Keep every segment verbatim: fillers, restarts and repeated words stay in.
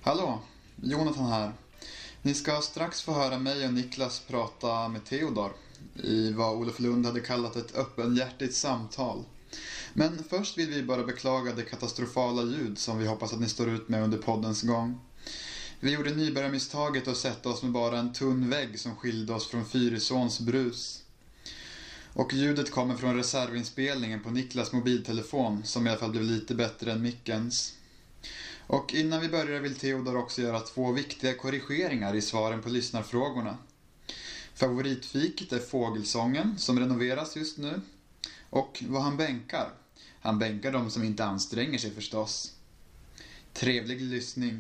Hallå, Jonathan här. Ni ska strax få höra mig och Niklas prata med Theodor i vad Olof Lund hade kallat ett öppenhjärtigt samtal. Men först vill vi bara beklaga det katastrofala ljud som vi hoppas att ni står ut med under poddens gång. Vi gjorde nybörjarmisstaget att sätta oss med bara en tunn vägg som skilde oss från Fyrisåns brus. Och ljudet kommer från reservinspelningen på Niklas mobiltelefon som i alla fall blev lite bättre än mickens. Och innan vi börjar vill Theodor också göra två viktiga korrigeringar i svaren på lyssnarfrågorna. Favoritfiket är fågelsången som renoveras just nu. Och vad han bänkar. Han bänkar de som inte anstränger sig förstås. Trevlig lyssning.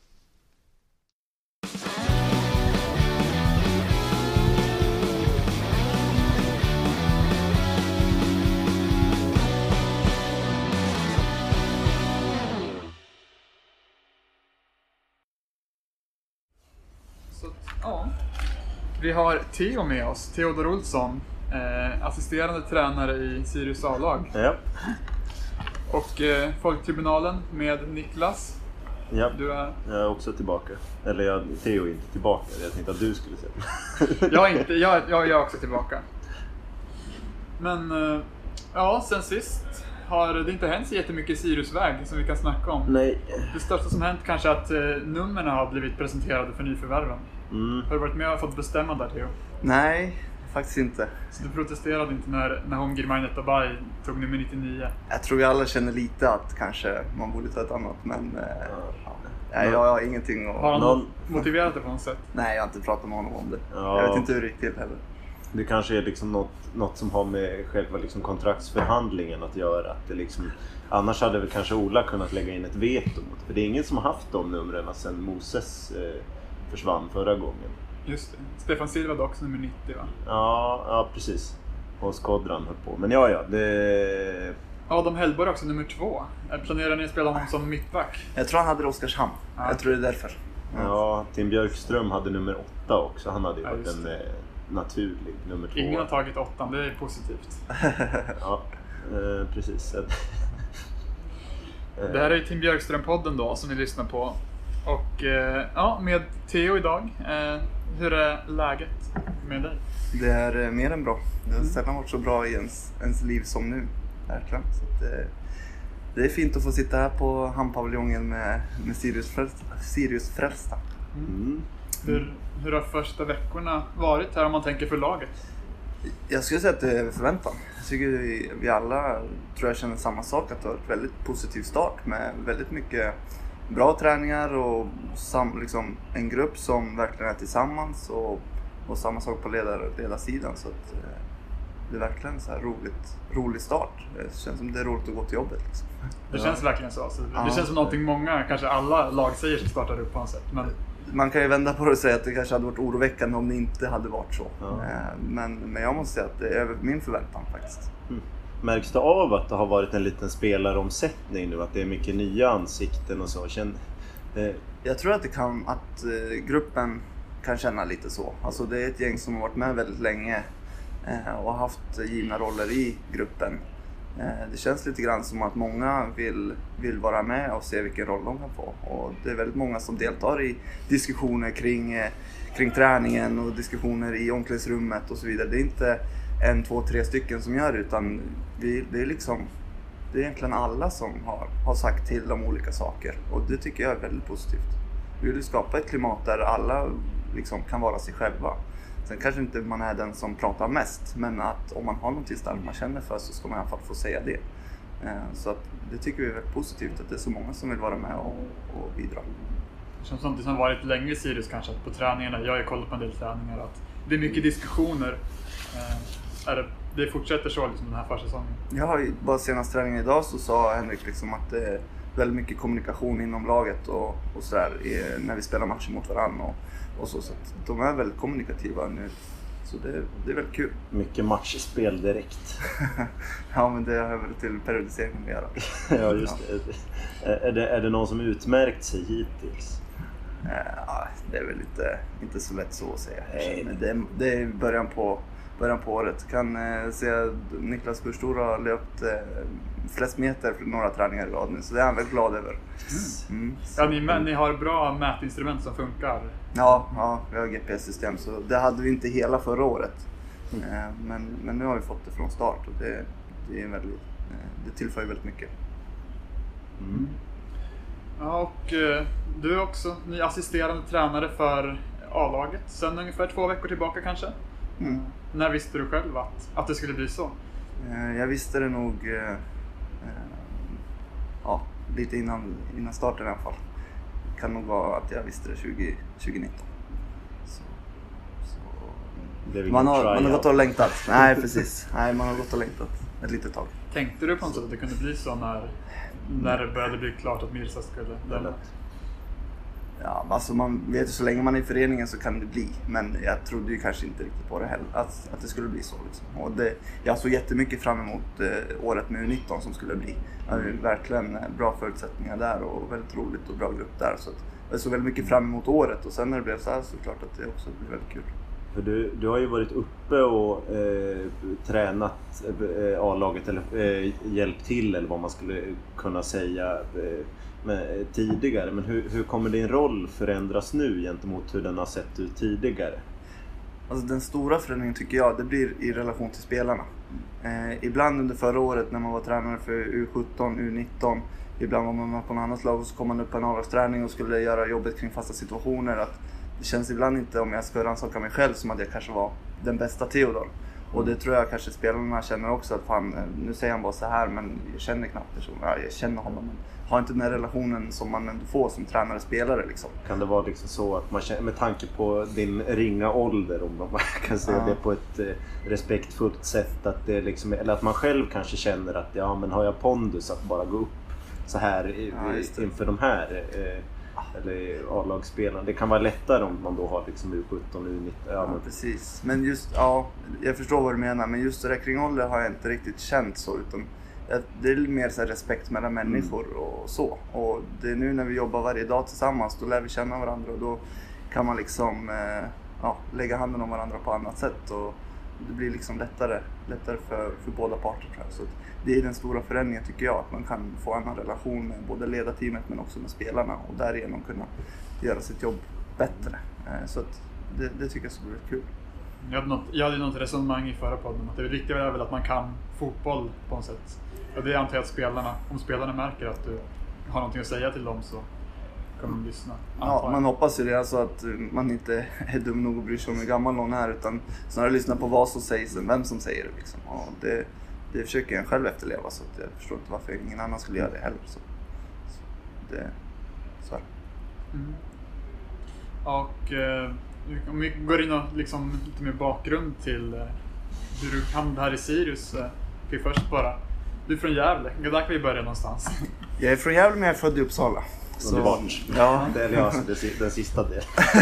Så, ja. Vi har Theo med oss, Theodor Olsson, eh, assisterande tränare i Sirius A-lag. Ja. Och eh, Folktribunalen med Niklas. Ja, du är... jag är också tillbaka. Eller jag, Theo är inte tillbaka, jag tänkte att du skulle säga. jag, är inte, jag, jag är också tillbaka. Men eh, ja, sen sist har det inte hänt så jättemycket i Siriusväg som vi kan snacka om. Nej. Det största som hänt kanske är att eh, numren har blivit presenterade för nyförvärven. Mm. Har du varit med och fått bestämma där, Theo? Nej, faktiskt inte. Så du protesterade inte när, när hon Girmay Netabay tog nummer nittionio? Jag tror vi alla känner lite att kanske man borde ta ett annat, men eh, ja. Nej, jag har ingenting att... Har han Någon... motiverat det på något sätt? Nej, jag har inte pratat med honom om det. Ja. Jag vet inte hur det gick till heller. Det kanske är liksom något, något som har med själva liksom kontraktsförhandlingen att göra. Att det liksom, annars hade väl kanske Ola kunnat lägga in ett veto mot. För det är ingen som har haft de numren sedan Moses eh, försvann förra gången. Just det. Stefan Silva var också nummer nittio, va? Ja, ja precis. Och Skodran höll på. Men ja, ja. Det... Adam Hellborg också nummer två. Planerar ni att spela honom som mittback? Jag tror han hade Oskarshamn. Ja. Jag tror det är därför. Ja, ja Tim Björkström hade nummer åtta också. Han hade ju ja, varit en eh, naturlig nummer två. Ingen har tagit åttan, det är positivt. Ja, eh, precis. Det här är Tim Björkström-podden då som ni lyssnar på. Och eh, ja, med Theo idag. Eh, hur är läget med dig? Det är eh, mer än bra. Det har sällan varit så bra i ens, ens liv som nu. Verkligen. Så att, eh, det är fint att få sitta här på hamnpaviljongen med, med Sirius, frälsta, Sirius frälsta. Mm. Hur, hur har första veckorna varit här om man tänker för laget? Jag skulle säga att det är förväntan. Jag tycker vi, vi alla tror jag känner samma sak. Att det har varit en väldigt positiv start med väldigt mycket bra träningar och sam, liksom, en grupp som verkligen är tillsammans och, och samma sak på ledar, ledarsidan. Så att, eh, det är verkligen en så här roligt, rolig start. Det känns som det är roligt att gå till jobbet. Liksom. Det känns ja. verkligen så. Alltså, det ja. känns som någonting många, kanske alla lag säger som startar upp på något sätt. Men... Man kan ju vända på det och säga att det kanske hade varit oroväckande om det inte hade varit så. Ja. Men, men jag måste säga att det är över min förväntan faktiskt. Mm. Märks det av att det har varit en liten spelaromsättning nu? Att det är mycket nya ansikten och så? Känn, det... Jag tror att det kan, att gruppen kan känna lite så. Alltså det är ett gäng som har varit med väldigt länge och har haft givna roller i gruppen. Det känns lite grann som att många vill, vill vara med och se vilken roll de kan få. Och det är väldigt många som deltar i diskussioner kring, kring träningen och diskussioner i omklädningsrummet och så vidare. Det är inte en, två, tre stycken som gör det, utan vi, det är liksom det är egentligen alla som har, har sagt till om olika saker. Och det tycker jag är väldigt positivt. Vi vill skapa ett klimat där alla liksom kan vara sig själva. Sen kanske inte man är den som pratar mest, men att om man har någonting starkt man känner för så ska man i alla fall få säga det. Så att det tycker vi är väldigt positivt att det är så många som vill vara med och, och bidra. Det känns som det som varit länge i Sirius kanske, att på träningarna, jag har kollat på en del träningar, att det är mycket diskussioner. Är det, det fortsätter så liksom den här försäsongen? Ja, bara senaste träningen idag så sa Henrik liksom att det är väldigt mycket kommunikation inom laget och, och sådär när vi spelar matcher mot varandra. Och, Och så, så de är väldigt kommunikativa nu. Så det, det är väldigt kul. Mycket matchspel direkt. Ja, men det har väl till periodiseringen att göra. Ja, just det. Är det. Är det någon som utmärkt sig hittills? Ja, det är väl inte, inte så lätt så att säga. Men det, det är början på, början på året. Kan eh, se att Niklas Burstor har löpt eh, flest meter för några träningar i rad nu, så det är han väl glad över. Mm. Ja, ni, men ni har bra mätinstrument som funkar. Ja, ja, vi har G P S-system, så det hade vi inte hela förra året. Eh, men, men nu har vi fått det från start och det, det, är väldigt, eh, det tillför väldigt mycket. Mm. Ja, och eh, du är också ny assisterande tränare för A-laget sen ungefär två veckor tillbaka kanske. Mm. När visste du själv att, att det skulle bli så? Eh, jag visste det nog eh, eh, ja, lite innan, innan starten i alla fall. Det kan nog vara att jag visste det tjugo tjugonitton. Så, så. Man, har, man har gått och längtat. Nej, precis. Nej, man har gått och längtat ett litet tag. Tänkte du på något sätt att det kunde bli så när, när det började bli klart att Mirza skulle lämna? Ja, alltså man vet ju, så länge man är i föreningen så kan det bli. Men jag trodde ju kanske inte riktigt på det heller, att, att det skulle bli så. Liksom. Och det, jag såg jättemycket fram emot eh, året med U nitton som skulle bli. Det var verkligen eh, bra förutsättningar där och väldigt roligt och bra grupp där. Så att jag såg väldigt mycket fram emot året, och sen när det blev så här så klart att det också blev väldigt kul. För du, du har ju varit uppe och eh, tränat eh, A-laget eller eh, hjälpt till, eller vad man skulle kunna säga eh, med, tidigare. Men hur, hur kommer din roll förändras nu gentemot hur den har sett ut tidigare? Alltså den stora förändringen tycker jag, det blir i relation till spelarna. Eh, ibland under förra året när man var tränare för U sjutton, U nitton, ibland var man på något annat lag och så kom man upp på en A-lagsträning och skulle göra jobbet kring fasta situationer. Att det känns ibland inte, om jag ska rannsaka mig själv, som att jag kanske var den bästa Theodor. Och det tror jag kanske spelarna känner också, att fan, nu säger han bara så här, men jag känner knappt personen. Ja, jag känner honom, men har inte den här relationen som man ändå får som tränare-spelare liksom. Kan det vara liksom så att man känner, med tanke på din ringa ålder, om man kan säga ja. det på ett eh, respektfullt sätt, att det liksom, eller att man själv kanske känner att ja, men har jag pondus att bara gå upp så här i, ja, inför de här eh, eller A-lagsspelarna. Det kan vara lättare om man då har liksom U sjutton, U nitton. Ja, ja men precis. Men just, ja, jag förstår vad du menar, men just det där kring ålder har jag inte riktigt känt så, utan det är mer så här respekt mellan människor och så. Och det är nu när vi jobbar varje dag tillsammans, då lär vi känna varandra och då kan man liksom eh, ja, lägga handen om varandra på annat sätt, och det blir liksom lättare, lättare för, för båda parter, tror jag. Så det är den stora förändringen tycker jag, att man kan få en annan relation med både ledarteamet men också med spelarna och därigenom kunna göra sitt jobb bättre. Eh, så att det, det tycker jag skulle bli kul. Jag hade, något, jag hade något resonemang i förra podden att det viktiga är väl att man kan fotboll på något sätt. Och det är antar jag att spelarna, om spelarna märker att du har någonting att säga till dem, så kommer de lyssna. Ja, man hoppas ju det, alltså att man inte är dum nog att bry sig om hur gammal någon är, utan snarare lyssna på vad som sägs än vem som säger det liksom. Och det, det försöker jag själv efterleva, så att jag förstår inte varför ingen annan skulle göra det heller. Så, så det, så är det. Mm. Och eh, om vi går in och liksom lite mer bakgrund till eh, hur du hamnade här i Sirius. Eh, vi först bara, du är från Gävle, där kan vi börja någonstans. Jag är från Gävle, men jag är född i Uppsala. Underbart. Ja, det är alltså det, den sista delen.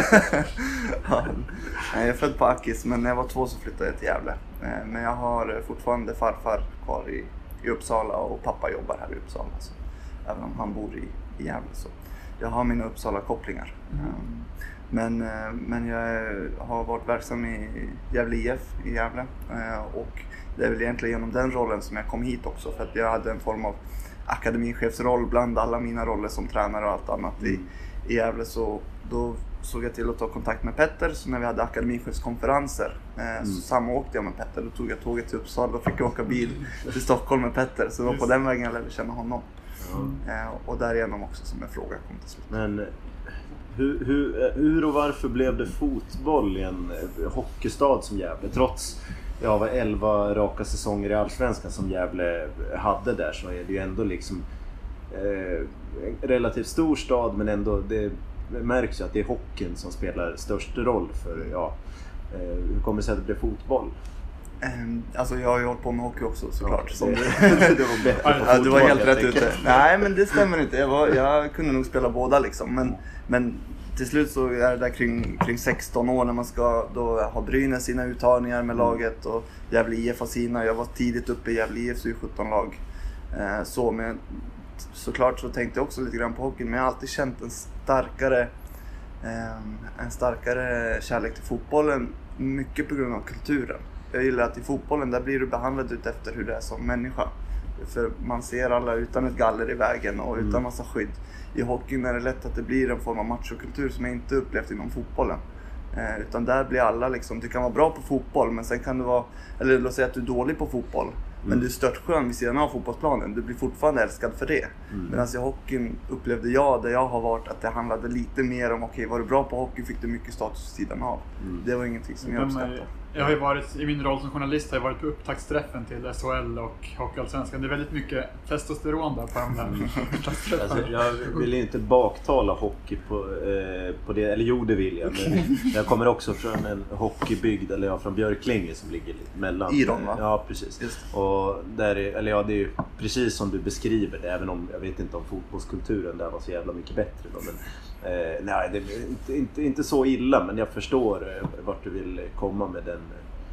Ja. Jag är född på Akis, men när jag var två så flyttade jag till Gävle. Men jag har fortfarande farfar kvar i, i Uppsala, och pappa jobbar här i Uppsala. Så även om han bor i, i Gävle, så jag har mina Uppsala-kopplingar. Mm. Men, men jag har varit verksam i Gävle I F i Gävle, och det är väl egentligen genom den rollen som jag kom hit också, för att jag hade en form av akademichefsroll bland alla mina roller som tränare och allt annat i, i Gävle. Så då såg jag till att ta kontakt med Petter, så när vi hade akademichefskonferenser eh, mm. så samåkte jag med Petter. Då tog jag tåget till Uppsala och fick åka bil till Stockholm med Petter, så det var på den vägen jag lärde känna honom. Mm. Eh, och därigenom också som en fråga kom till slut. Men hur, hur, hur och varför blev det fotboll i en hockeystad som Gävle? Trots ja, var elva raka säsonger i Allsvenskan som Gävle hade där, så är det ju ändå liksom eh, en relativt stor stad, men ändå det märks ju att det är hockeyn som spelar störst roll för, ja, eh, hur kommer det sig att det blir fotboll? Um, alltså jag har ju hållit på med hockey också, såklart. Ja, det, det var bättre. Ja, du var helt rätt ute. Nej, men det stämmer inte. Jag, var, jag kunde nog spela båda liksom, men, men till slut så är det där kring, kring sexton år när man ska då ha Brynäs sina uttagningar med laget och Gävle I F har sina. Jag var tidigt uppe i Gävle I Fs U sjutton-lag. Eh, så, men såklart så tänkte jag också lite grann på hockeyn, men jag har alltid känt en starkare, eh, en starkare kärlek till fotbollen, mycket på grund av kulturen. jag gillar att i fotbollen där blir du behandlad ut efter hur det är som människa. För man ser alla utan ett galler i vägen och utan massa skydd. I hockeyn är det lätt att det blir en form av machokultur som jag inte upplevt inom fotbollen. Eh, utan där blir alla liksom, du kan vara bra på fotboll men sen kan du vara, eller låt säga att du är dålig på fotboll. Mm. Men du är störtskön vid sidan av fotbollsplanen. Du blir fortfarande älskad för det. Mm. Medan i hockeyn upplevde jag, där jag har varit, att det handlade lite mer om okej, okay, var du bra på hockey fick du mycket status vid sidan av. Mm. Det var ingenting som jag uppskattade. Jag har ju varit, i min roll som journalist har jag varit på upptaktsträffen till S H L och Hockeyallsvenskan. Det är väldigt mycket testosteron där på de där upptaktsträffarna. Alltså, jag vill inte baktala hockey på, eh, på det, eller jo det vill jag. Men jag kommer också från en hockeybygd, eller jag från Björklinge som ligger mellan. Iron va? Ja, precis. Och där är, eller ja, det är ju precis som du beskriver det, även om jag vet inte om fotbollskulturen där var så jävla mycket bättre då, men Eh, nej, det är inte, inte, inte så illa, men jag förstår eh, vart du vill komma med den,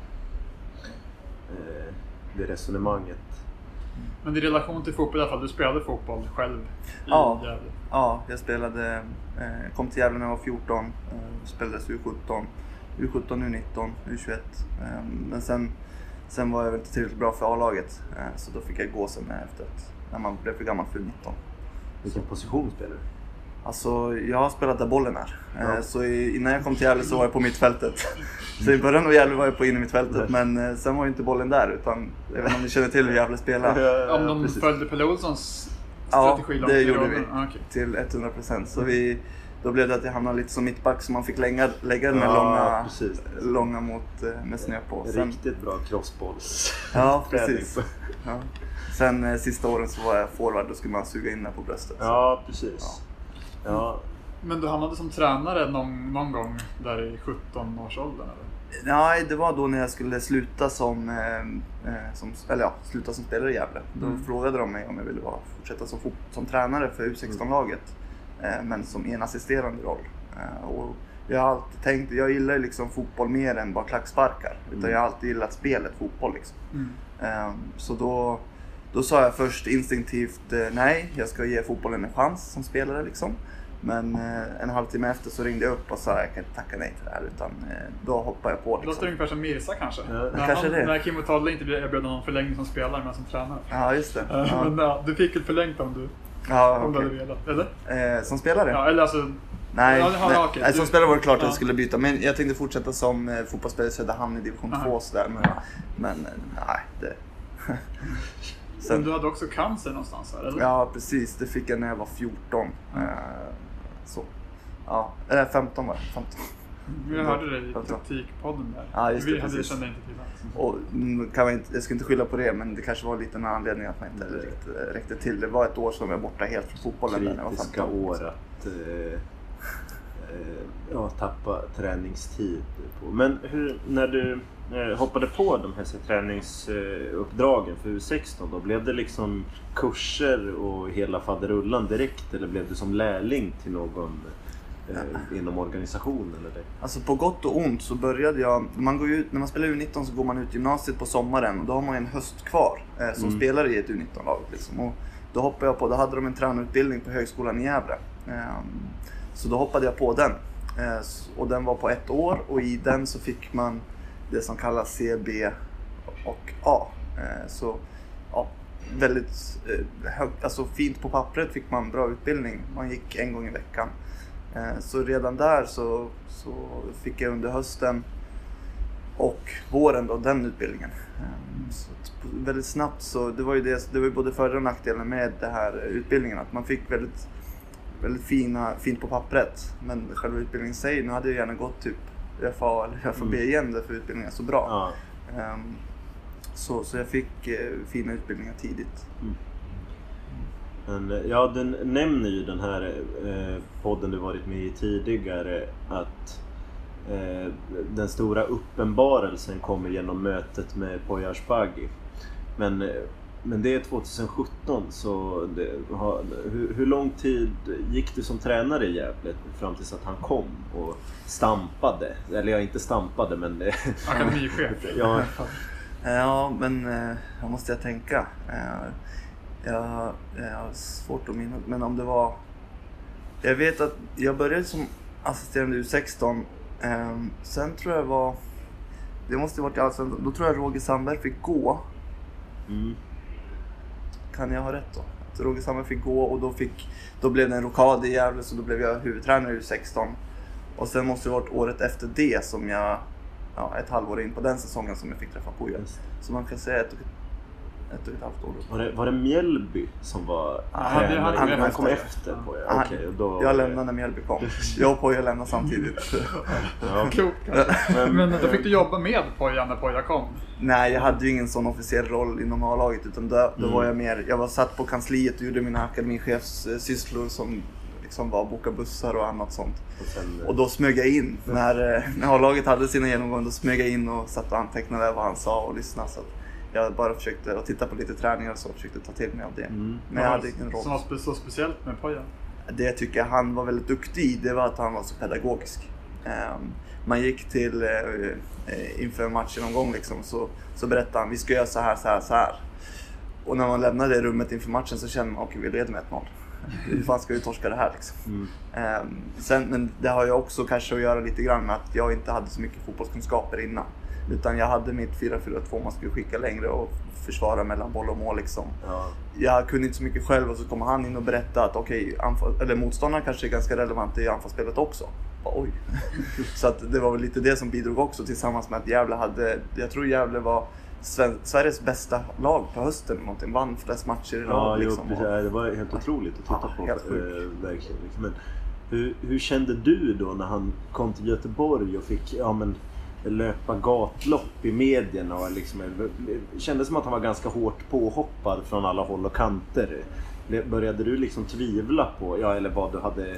eh, det resonemanget. Men i relation till fotboll i alla fall, du spelade fotboll själv i ja, Gävle? Ja, jag spelade, eh, kom till Gävle när jag var fjorton, eh, spelades U sjutton, U sjutton, U nitton, U tjugoett. Eh, men sen, sen var jag väl inte tillräckligt bra för A-laget, eh, så då fick jag gå sen efter att, när man blev för gammal för U nitton. Vilken så. Position spelar du? Alltså, jag har spelat där bollen är. Ja. Så innan jag kom till Gävle så var jag på mittfältet. Så i början av Gävle var jag på in i mittfältet, men sen var ju inte bollen där, utan jag vet inte om ni känner till hur Gävle spelar. Ja, om de precis. Följde Pelle Olssons strategi. Ja, det gjorde vi ah, okay. till hundra procent. Så vi, då blev det att jag hamnade lite som mittback, så man fick lägga, lägga den här ja, långa, långa mot, med snö på. Sen, riktigt bra crossballs. Ja, precis. Ja. Sen eh, sista åren så var jag forward, då skulle man suga in på bröstet. Så. Ja, precis. Ja. Ja. Men du hamnade som tränare någon, någon gång där i sjutton-årsåldern eller? Nej, det var då när jag skulle sluta som, eh, som, eller ja, sluta som spelare i Gävle. Då mm. frågade de mig om jag ville vara, fortsätta som, som tränare för U sexton-laget. Eh, men som en assisterande roll. Eh, och jag har alltid tänkt, jag gillar liksom fotboll mer än bara klacksparkar. Mm. Utan jag har alltid gillat spelet fotboll liksom. Mm. Eh, så då, då sa jag först instinktivt eh, nej, jag ska ge fotbollen en chans som spelare liksom. Men eh, en halvtimme efter så ringde jag upp och sa att jag kan inte tacka nej till det här, utan eh, då hoppar jag på liksom. Det låter ungefär som Mirza kanske. Ja, när, kanske han, det. när Kim och Tolle inte erbjöd någon förlängning som spelare men som tränare. Ja, just det. Ja. Men ja, du fick väl förlängt om du, ja, om okay. du hade velat, eller? Eh, som spelare? Ja, eller alltså... Nej, ja, nej, ja, okay. nej, som du, spelare var det klart ja. att jag skulle byta, men jag tänkte fortsätta som eh, fotbollsspelare i Söderhamn i division två sådär, men, men nej, det... Sen, men du hade också cancer någonstans här, eller? Ja, precis. Det fick jag när jag var fjorton. Mm. Eh, så. Ja, eller femton var det. femton. Jag hörde det i taktikpodden där. Ja, just det. Vi hade precis. kände inte till det. Och kan man inte, jag ska inte skylla på det, men det kanske var lite en anledning att man inte räckte, räckte till. Det var ett år som jag var borta helt från fotbollen. Kritiska när jag var år att eh, ja, tappa träningstid på. Men hur, när du eh, hoppade på de här träningsuppdragen för U sexton, då blev det liksom kurser och hela faderullan direkt, eller blev du som lärling till någon eh, inom organisationen eller det? Alltså på gott och ont så började jag, man går ut, när man spelar U nitton så går man ut gymnasiet på sommaren och då har man en höst kvar eh, som mm. spelar i ett U nitton-lag liksom. Och då hoppade jag på, då hade de en tränarutbildning på högskolan i Gävle. Eh, så då hoppade jag på den. Eh, och den var på ett år och i den så fick man det som kallas C, B och A. Eh, så ja, väldigt eh, hög, alltså fint på pappret fick man bra utbildning. Man gick en gång i veckan. Eh, så redan där så, så fick jag under hösten och våren då den utbildningen. Eh, så väldigt snabbt så det var ju det, det var ju både för- och nackdelen med det här utbildningen, att man fick väldigt väldigt fina, fint på pappret, men själva utbildningen säger, nu hade jag gärna gått typ U F A eller U F A B igen därför utbildningen är så bra. Ja. Um, så, så jag fick uh, fina utbildningar tidigt. Mm. Men, ja, den nämner ju den här eh, podden du varit med i tidigare, att eh, den stora uppenbarelsen kommer genom mötet med Poya Asbaghi. Men eh, Men det är tjugohundrasjutton, så det, ha, hur, hur lång tid gick du som tränare i Gävle fram tills att han kom och stampade? Eller jag inte stampade, men... Akademichef. ja. ja, men jag måste jag tänka. Jag, jag har svårt att minnas, men om det var... Jag vet att jag började som assisterande U sexton, sen tror jag var... det måste ha varit i Allsvenskan. Då tror jag Roger Sandberg fick gå. Mm. Kan jag ha rätt då? Att Roger Sandberg fick gå och då, fick, då blev det en rokad i Gävle, så då blev jag huvudtränare i U sexton. Och sen måste det ha varit året efter det som jag, ja, ett halvår in på den säsongen som jag fick träffa Poja. Så man kan säga ett, ett och ett halvt år. Var det, var det Mjällby som var han, tränare? han, Han, han, han kom efter. efter Poja. Han, Okay, då, jag lämnade när Mjällby kom. Jag och Poja lämnade samtidigt. Ja. Klokt. Men, men då fick du jobba med Poja när Poja kom? Nej, jag hade ju ingen sån officiell roll inom A-laget, utan då, då Mm. var jag mer, jag var satt på kansliet och gjorde mina akademichefssysslor som liksom var boka bussar och annat sånt. Och, sen, Och då smög jag in, när, när A-laget hade sina genomgångar, då smög jag in och satt och antecknade vad han sa och lyssnade. Så att jag bara försökte att titta på lite träningar och så försökte ta till mig av det. Mm. Men jag hade ingen roll. Som var spe- så speciellt med Poja? Det jag tycker han var väldigt duktig i, det var att han var så pedagogisk. Um, man gick till uh, inför matchen någon gång liksom, så, så berättade han, vi ska göra så här, så här, så här. Och när man lämnade det rummet inför matchen så kände man, okej, vi leder med ett noll. Hur fan ska vi torska det här liksom? Mm. Um, sen, men det har ju också kanske att göra lite grann med att jag inte hade så mycket fotbollskunskaper innan. Utan jag hade mitt fyra fyra två, man skulle skicka längre och försvara mellan boll och mål liksom. Ja. Jag kunde inte så mycket själv, och så kom han in och berättade att okej, anfall, eller motståndaren kanske är ganska relevant i anfallsspelet också. Bara, oj. Så att det var väl lite det som bidrog också, tillsammans med att Gävle hade, jag tror Gävle var Sven, Sveriges bästa lag på hösten, någonting, vann flest matcher i rad. Ja, liksom. jo, det var helt otroligt att titta Ja, på. helt sjukt. Eh, verkligen. Men hur, hur kände du då när han kom till Göteborg och fick, ja, men, löpa gatlopp i medierna och liksom, det kändes som att han var ganska hårt påhoppad från alla håll och kanter. Började du liksom tvivla på, ja, eller vad du hade,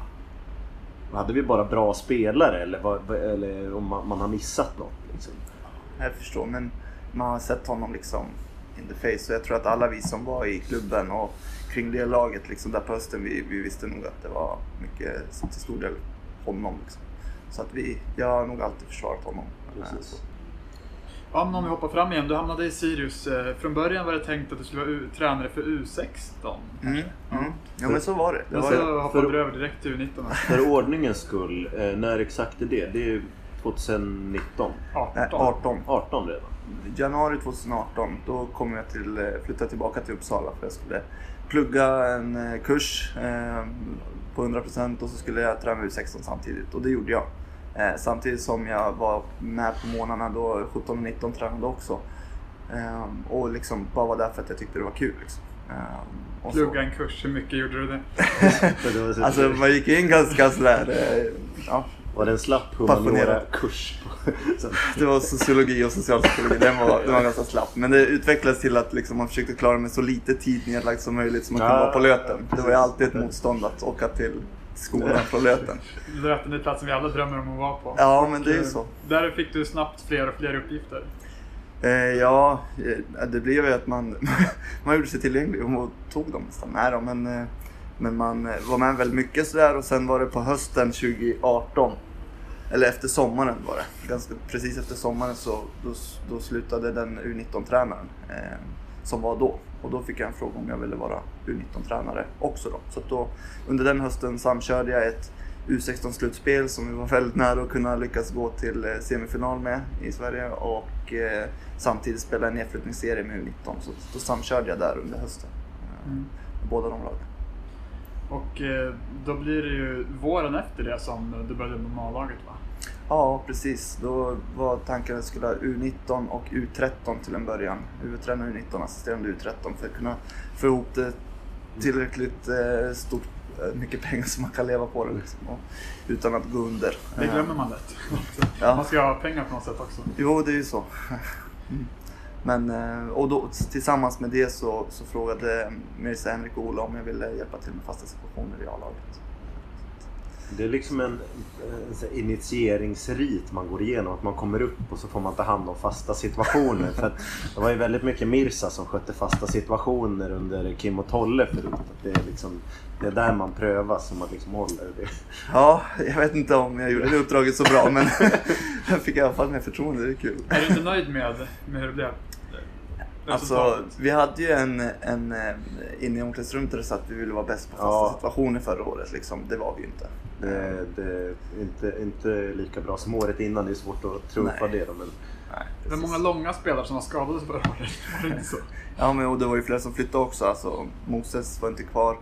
hade vi bara bra spelare, eller, vad, eller om man, man har missat något liksom? Jag förstår, men man har sett honom liksom in the face, så jag tror att alla vi som var i klubben och kring det laget liksom där på hösten, vi, vi visste nog att det var mycket, till stor del honom liksom. Så att vi, jag har nog alltid försvarat honom. Precis. Ja, men om vi hoppar fram igen, du hamnade i Sirius. Från början var det tänkt att du skulle vara u- tränare för U sexton. Mm. Mm. Ja, men så var det. det Men var så ju... hoppade för- du över direkt till U nitton. För ordningens skull, eh, när exakt är det? Det är tjugonitton. Nej, arton. arton. arton redan. Januari tjugoarton, då kom jag till, flytta tillbaka till Uppsala för jag skulle plugga en eh, kurs eh, på hundra procent och så skulle jag träna U sexton samtidigt, och det gjorde jag. Eh, samtidigt som jag var med på månaderna då sjutton och nitton tränade också. Eh, och liksom bara var där för att jag tyckte det var kul liksom. Eh, och så- Plugga en kurs, hur mycket gjorde du det? För det var så- Alltså man gick in ganska sådär, eh, ja. var det en slapp Passionerad. humaniora-kurs? Sen- Det var sociologi och socialpsykologi, den var, den var ganska slapp. Men det utvecklades till att liksom man försökte klara med så lite tid nedlagt som möjligt så man kunde Ja, vara på Löten. Det var ju precis. alltid ett motstånd att åka till skolan från Löten. Löten är platsen vi alla drömmer om att vara på. Ja, men det är ju Och, så. eh, Där fick du snabbt fler och fler uppgifter. Eh, ja, eh, det blev ju att man, man gjorde sig tillgänglig och tog dem nästan. Nej då, men, eh, men man eh, var med väldigt mycket sådär, och sen var det på hösten tjugoarton. Eller efter sommaren var det. Ganska precis efter sommaren så då, då slutade den U nitton-tränaren eh, som var då. Och då fick jag en fråga om jag ville vara U nitton-tränare också då. Så att då, under den hösten samkörde jag ett U sexton-slutspel som vi var väldigt nära att kunna lyckas gå till eh, semifinal med i Sverige. Och eh, samtidigt spela en nedflyttningsserie med U nitton. Så då samkörde jag där under hösten. Eh, Mm. Båda de lagen. Och eh, då blir det ju våren efter det som du började med A-laget, va? Ja, precis. Då var tanken att jag skulle ha U nitton och U tretton till en början. Huvudtränare U nitton, assisterande U tretton, för att kunna få ihop det tillräckligt eh, stort, eh, mycket pengar som man kan leva på det liksom, och, utan att gå under. Det Eh, glömmer man lätt. Ja. Man ska ha pengar på något sätt också. Jo, det är ju så. Mm. Men, eh, och då, tillsammans med det så, så frågade Mirza, Henrik och Ola om jag ville hjälpa till med fasta situationer i A-laget. Det är liksom en, en så här initieringsrit man går igenom, att man kommer upp och så får man ta hand om fasta situationer. För att det var ju väldigt mycket Mirza som skötte fasta situationer under Kim och Tolle förut. Att det är liksom, det är där man prövas som man liksom håller det. Ja, jag vet inte om jag gjorde det uppdraget så bra, men jag fick i alla fall med förtroende, det är kul. Är du inte nöjd med, med hur det blev? Alltså, Resultatet? vi hade ju en, en eh, inne i omklädningsrummet där det sa att vi ville vara bäst på fasta Ja. situationer förra året. Liksom. Det var vi ju inte. Det, det är inte, inte lika bra som året innan, det är svårt att trumfa Nej. det då, men Nej, det var många långa spelare som var skadade förra året. Var det inte så? Ja, men och det var ju flera som flyttade också. Alltså, Moses var inte kvar.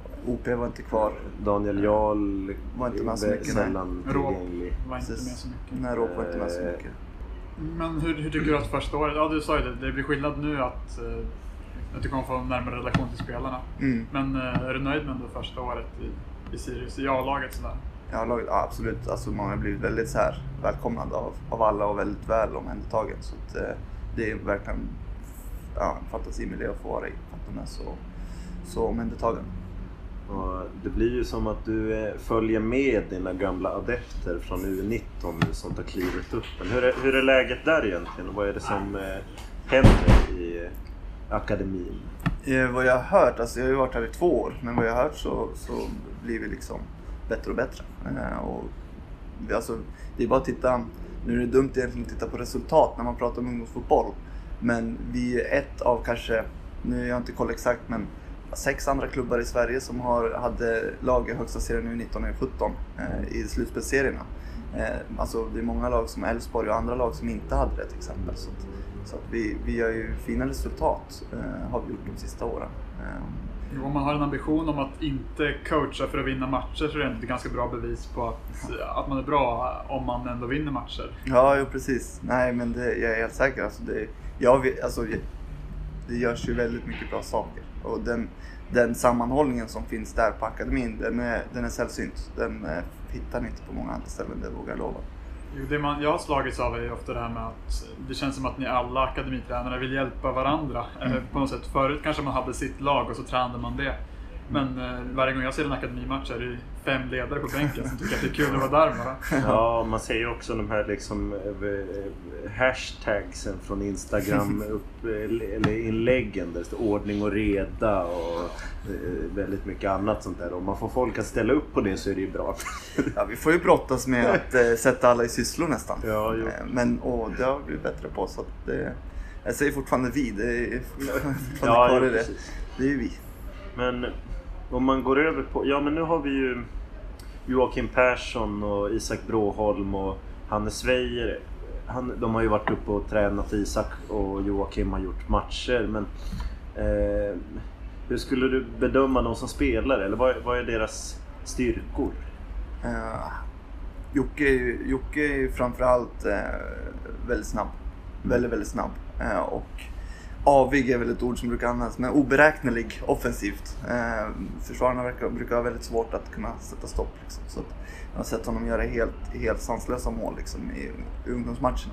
O P var inte kvar. Daniel Jarl var inte med så mycket. Sällan tillgänglig. Var inte med så mycket. Nej, Råp var inte med så mycket. Men hur, hur tycker du att första året? Ja, du sa ju det. Det blir skillnad nu att, att du kommer få en närmare relation till spelarna. Mm. Men är du nöjd med det första året i, i Sirius, i A-laget sådär? Ja, laget, ja, absolut. Alltså, man har blivit väldigt så här välkomnad av, av alla och väldigt väl omhändertagen. Så att, eh, det är verkligen ja, en fantasimiljö att få vara i. Att de är så, så omhändertagen. Och det blir ju som att du följer med dina gamla adepter från U nitton nu som tar klivet upp. Men hur är, hur är läget där egentligen? Vad är det som eh, händer i akademin? Eh, vad jag har hört, alltså jag har ju varit här i två år, men vad jag har hört så, så blir vi liksom bättre och bättre. Eh, och vi, alltså, det är bara att titta, nu är det dumt egentligen att titta på resultat när man pratar om ungdomsfotboll. Men vi är ett av kanske, nu är jag inte koll exakt, men sex andra klubbar i Sverige som har, hade lag i högsta serien U nitton och U sjutton eh, i slutspelsserierna. Eh, alltså det är många lag som Elfsborg och andra lag som inte hade det till exempel. Så, att, så att vi, vi gör ju fina resultat eh, har vi gjort de sista åren. Eh, Om man har en ambition om att inte coacha för att vinna matcher så är det ett ganska bra bevis på att, att man är bra om man ändå vinner matcher. Ja, jo, precis. Nej, men det, jag är helt säker. Alltså det, jag, alltså, det görs ju väldigt mycket bra saker. Och den, den sammanhållningen som finns där på akademin, den är, den är sällsynt. Den eh, hittar ni inte på många andra ställen, det vågar jag lova. Jo, det man, jag har slagits av är ofta det här med att det känns som att ni alla akademitränare vill hjälpa varandra. Mm. Eh, på något sätt. Förut kanske man hade sitt lag och så tränade man det. Men eh, varje gång jag ser en akademimatch är det fem ledare på bänken som tycker att det är kul att vara där bara. Ja, man ser ju också de här liksom eh, hashtagsen från Instagram upp, eller inläggen där det står ordning och reda och eh, väldigt mycket annat sånt där. Om man får folk att ställa upp på det så är det ju bra. Ja, vi får ju brottas med att eh, sätta alla i sysslor nästan. Ja, jo. Men åh, det har vi blivit bättre på, så att det, jag säger fortfarande vi, det är fortfarande ja, kvar jo, i det. precis. Det är ju vi. Men om man går över på, ja men nu har vi ju Joakim Persson och Isak Bråholm och Hannes Sveijer. Han, de har ju varit uppe och tränat, Isak och Joakim har gjort matcher, men eh, hur skulle du bedöma de som spelar, eller vad, vad är deras styrkor? Uh, Jocke, är ju, Jocke är ju framförallt uh, väldigt snabb, väldigt väldigt snabb uh, och avig är väl ett ord som brukar användas, men oberäknelig offensivt. Eh, försvararna brukar, brukar ha väldigt svårt att kunna sätta stopp. Liksom. Så att jag har sett honom göra helt, helt sanslösa mål liksom, i, i ungdomsmatcherna.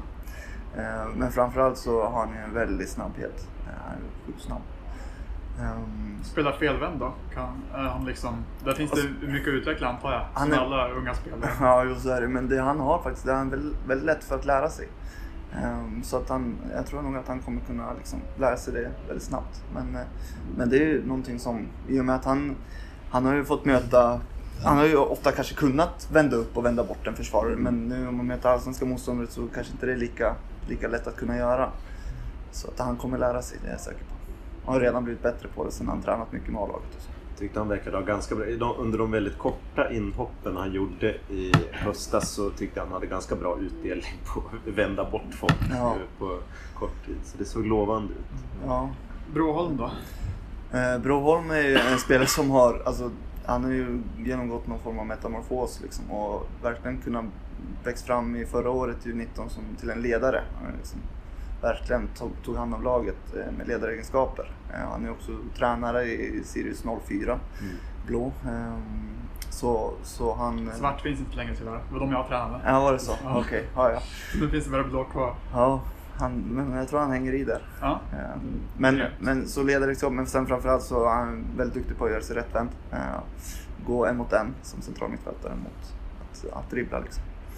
Eh, men framförallt så har han en väldigt snabbhet. Eh, han är sjukt snabb. Um, Spelar felvänd då? Kan, är han liksom, där finns alltså, det mycket att utveckla antar jag, som är, alla unga spelare. Ja, just så är det. Men det han har faktiskt, det är han väldigt, väldigt lätt för att lära sig. Um, så att han, jag tror nog att han kommer kunna liksom lära sig det väldigt snabbt. Men, men det är ju någonting som, i och med att han, han har ju fått möta, han har ju ofta kanske kunnat vända upp och vända bort en försvarare. Men nu om man möter allsvenska motståndare så kanske inte det är lika, lika lätt att kunna göra. Så att han kommer lära sig, det är jag säker på. Han har redan blivit bättre på det sen han tränat mycket med A-laget och så. Tyckte han verkade ha ganska bra. Under de väldigt korta inhoppen han gjorde i höstas så tyckte han hade ganska bra utdelning på att vända bort folk ja. på kort tid. Så det såg lovande ut. Ja. Bråholm då? Eh, Bråholm är ju en spelare som har, alltså, han har ju genomgått någon form av metamorfos liksom, och verkligen kunnat växa fram i förra året i U nitton som till en ledare. Liksom. Verkligen tog, tog hand om laget eh, med ledaregenskaper. Eh, han är också tränare i Sirius noll fyra, mm. blå. Eh, så, så han... Svart finns inte längre tyvärr, det var de jag tränade. Ja, var det så? Ja. Okej, okay. ja, ja. Nu finns det bara blå kvar. Ja, han, men jag tror han hänger i där. Ja. Eh, men, men så ledaregenskap, men sen framförallt så är han väldigt duktig på att göra sig rättvänd. Eh, gå en mot en som central mittfältare mot att, att dribbla liksom.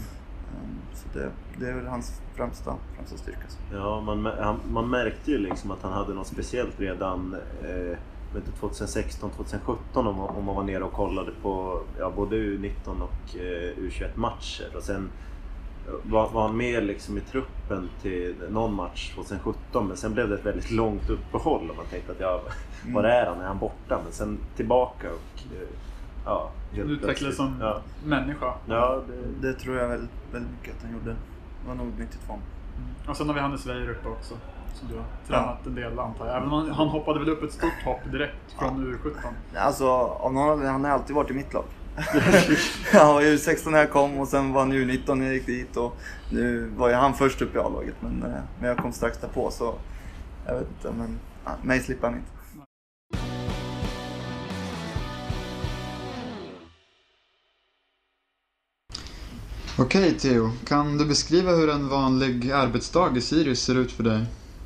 Så det, det är väl hans främsta, främsta styrka. Ja, man, han, man märkte ju liksom att han hade något speciellt redan eh, tjugohundrasexton tjugohundrasjutton om, om man var nere och kollade på ja, både U nitton och eh, U tjugoett matcher. Och sen var, var han med liksom i truppen till någon match tjugohundrasjutton, men sen blev det ett väldigt långt uppehåll och man tänkte att ja, mm. var är han? Är han borta? Men sen tillbaka och eh, ja, helt utvecklades som ja. människa. Ja, det... det tror jag väldigt, väldigt mycket att han gjorde. Det var nog nittiotvå. Mm. Och sen har vi Hannes Weijer uppe också. Som du har tränat ja. en del antar jag. Även om han hoppade väl upp ett stort hopp direkt från ja. U sjutton. Alltså av någon anledning, han har alltid varit i mitt lag. Jag var U sexton när jag kom och sen var han U nitton när jag gick dit. Och nu var ju han först upp i A-laget. Men, men jag kom strax därpå så jag vet inte. Men ja, mig slipper han inte. Okej Theo, kan du beskriva hur en vanlig arbetsdag i Sirius ser ut för dig?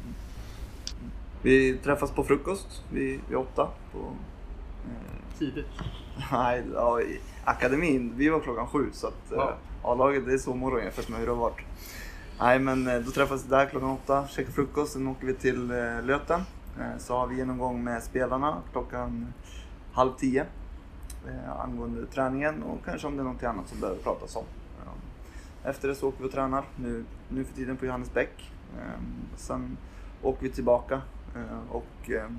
Vi träffas på frukost vid, vid åtta. På, eh, Tidigt? Nej, ja, i akademin. Vi var klockan sju så att ja. eh, A-laget det är så morgon jämfört med hur det har varit. Nej men eh, då träffas vi där klockan åtta, käkar frukost, sen åker vi till eh, Löten. Eh, så har vi genomgång med spelarna klockan halv tio. Eh, angående träningen och kanske om det är något annat som behöver pratas om. Efter det så åker vi och tränar, nu, nu för tiden på Johannesbäck. Eh, sen åker vi tillbaka eh, och... Eh,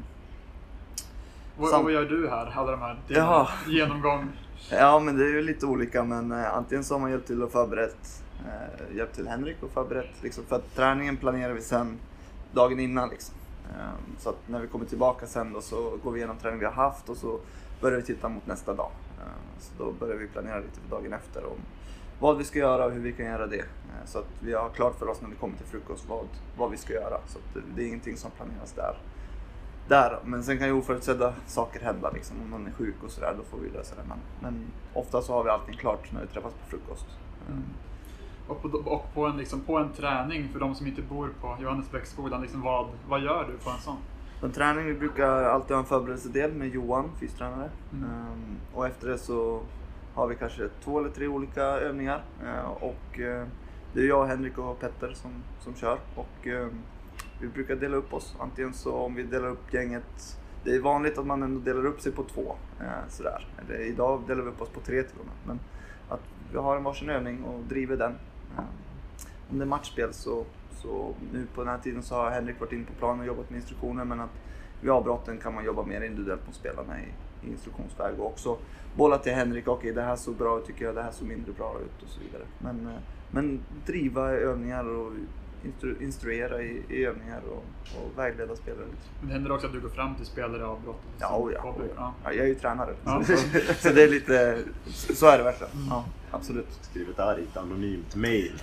vad, sam- vad gör du här, alla de här ja. genomgång? Ja men det är ju lite olika men eh, antingen så har man hjälpt till och förberett, eh, hjälpt till Henrik och förberett liksom, för att träningen planerar vi sen dagen innan liksom. Eh, så att när vi kommer tillbaka sen då så går vi igenom träningen vi har haft och så börjar vi titta mot nästa dag. Eh, så då börjar vi planera lite för dagen efter om vad vi ska göra och hur vi kan göra det. Så att vi har klart för oss när vi kommer till frukost vad, vad vi ska göra. Så att det, det är ingenting som planeras där. där. Men sen kan ju oförutsedda saker hända. Liksom. Om någon är sjuk och sådär, då får vi lösa det. Men, men ofta så har vi allting klart när vi träffas på frukost. Mm. Och, på, och på, en, liksom, på en träning, för de som inte bor på Johannesbäcksskolan, liksom, vad, vad gör du på en sån? På en träning vi brukar alltid ha en förberedelsedel med Johan, fystränare. Mm. Um, och efter det så har vi kanske två eller tre olika övningar uh, och uh, det är jag, Henrik och Petter som, som kör och uh, vi brukar dela upp oss. Antingen så om vi delar upp gänget, det är vanligt att man ändå delar upp sig på två uh, sådär. Eller, idag delar vi upp oss på tre till och med. Men att vi har en varsin övning och driver den. Uh, om det är matchspel så, så nu på den här tiden så har Henrik varit in på planen och jobbat med instruktioner, men att vid avbrotten kan man jobba mer individuellt med spelarna i, i instruktionsväg och också bolla till Henrik, okej okay, det här så bra ut tycker jag, det här så mindre bra ut och så vidare. Men, men driva övningar och instru, instruera i, i övningar och, och vägleda spelare. Men det händer också att du går fram till spelare i avbrott? Ja, oh ja, oh ja. ja. ja, jag är ju tränare. Ja. Så, så det är lite, så är det verkligen. Mm. Ja, absolut. Skriv ett argt anonymt mail.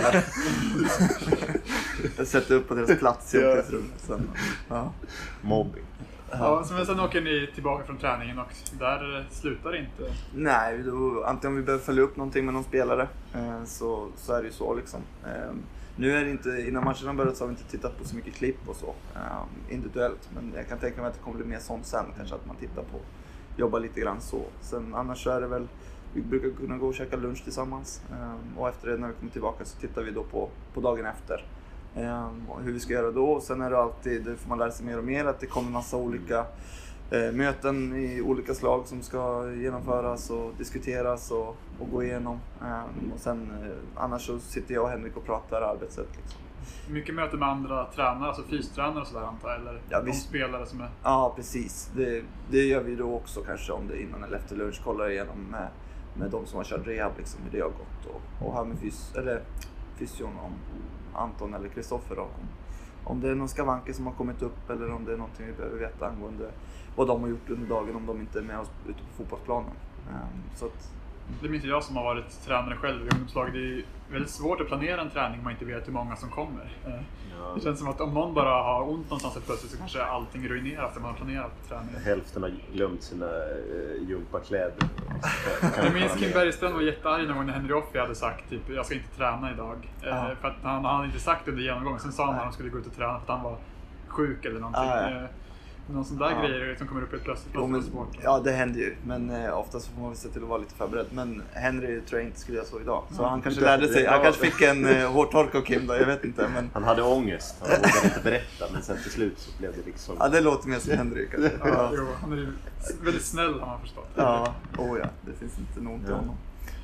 Jag sätter upp på deras plats i omklädningsrummet sen. Ja. Mobbing. Ja, så men sen åker ni tillbaka från träningen och där slutar det inte? Nej, då, antingen om vi behöver följa upp någonting med någon spelare eh, så, så är det ju så liksom. Eh, nu är det inte, innan matcherna börjat så har vi inte tittat på så mycket klipp och så eh, individuellt, men jag kan tänka mig att det kommer bli mer sånt sen, kanske att man tittar på, jobbar lite grann så. Sen annars så är det väl, vi brukar kunna gå och käka lunch tillsammans eh, och efter det när vi kommer tillbaka så tittar vi då på, på dagen efter. Um, hur vi ska göra då. Sen är det alltid, det får man lära sig mer och mer, att det kommer massa olika eh, möten i olika slag som ska genomföras och diskuteras och, och gå igenom. Um, och sen eh, annars så sitter jag och Henrik och pratar arbetssätt liksom. Mycket möten med andra tränare, alltså fystränare och sådär antar jag, eller ja, de vi... spelare som är... Ja, precis. Det, det gör vi då också kanske om det innan eller efter lunch, kollar igenom med, med de som har kört rehab liksom, hur det har gått och, och här med fys, eller fysion om Anton eller Kristoffer om, om det är någon skavanker som har kommit upp eller om det är någonting vi behöver veta angående vad de har gjort under dagen om de inte är med oss ute på fotbollsplanen. Um, så att... Det minns jag som har varit tränare själv i ungdomslaget. Det är väldigt svårt att planera en träning om man inte vet hur många som kommer. Ja. Det känns som att om någon bara har ont någonstans plötsligt så kanske allting ruineras när man har planerat träningen. Hälften har glömt sina äh, gympakläder. Jag minns Kim Bergström var jättearg någon gång när Henry Offi hade sagt typ, jag ska inte träna idag. Ja. För att han, han hade inte sagt det under genomgången. Sen sa han att han skulle gå ut och träna för att han var sjuk eller någonting. Ja, ja. Någon sån där ja. grejer som kommer upp helt plötsligt. Jo, men, ja, det händer ju. Men eh, ofta så får man väl se till att vara lite förberedd. Men Henry tror jag inte skulle göra så idag. Så mm. han kanske lärde sig. Han kanske fick en eh, hårtork av Kim då, jag vet inte. Men... Han hade ångest. Han vågade inte berätta. Men sen till slut så blev det liksom... Ja, det låter mer som Henry kanske. Ja, ja. Jo, han är ju väldigt snäll har man förstått. Ja, oh, ja. Det finns inte något ja. honom.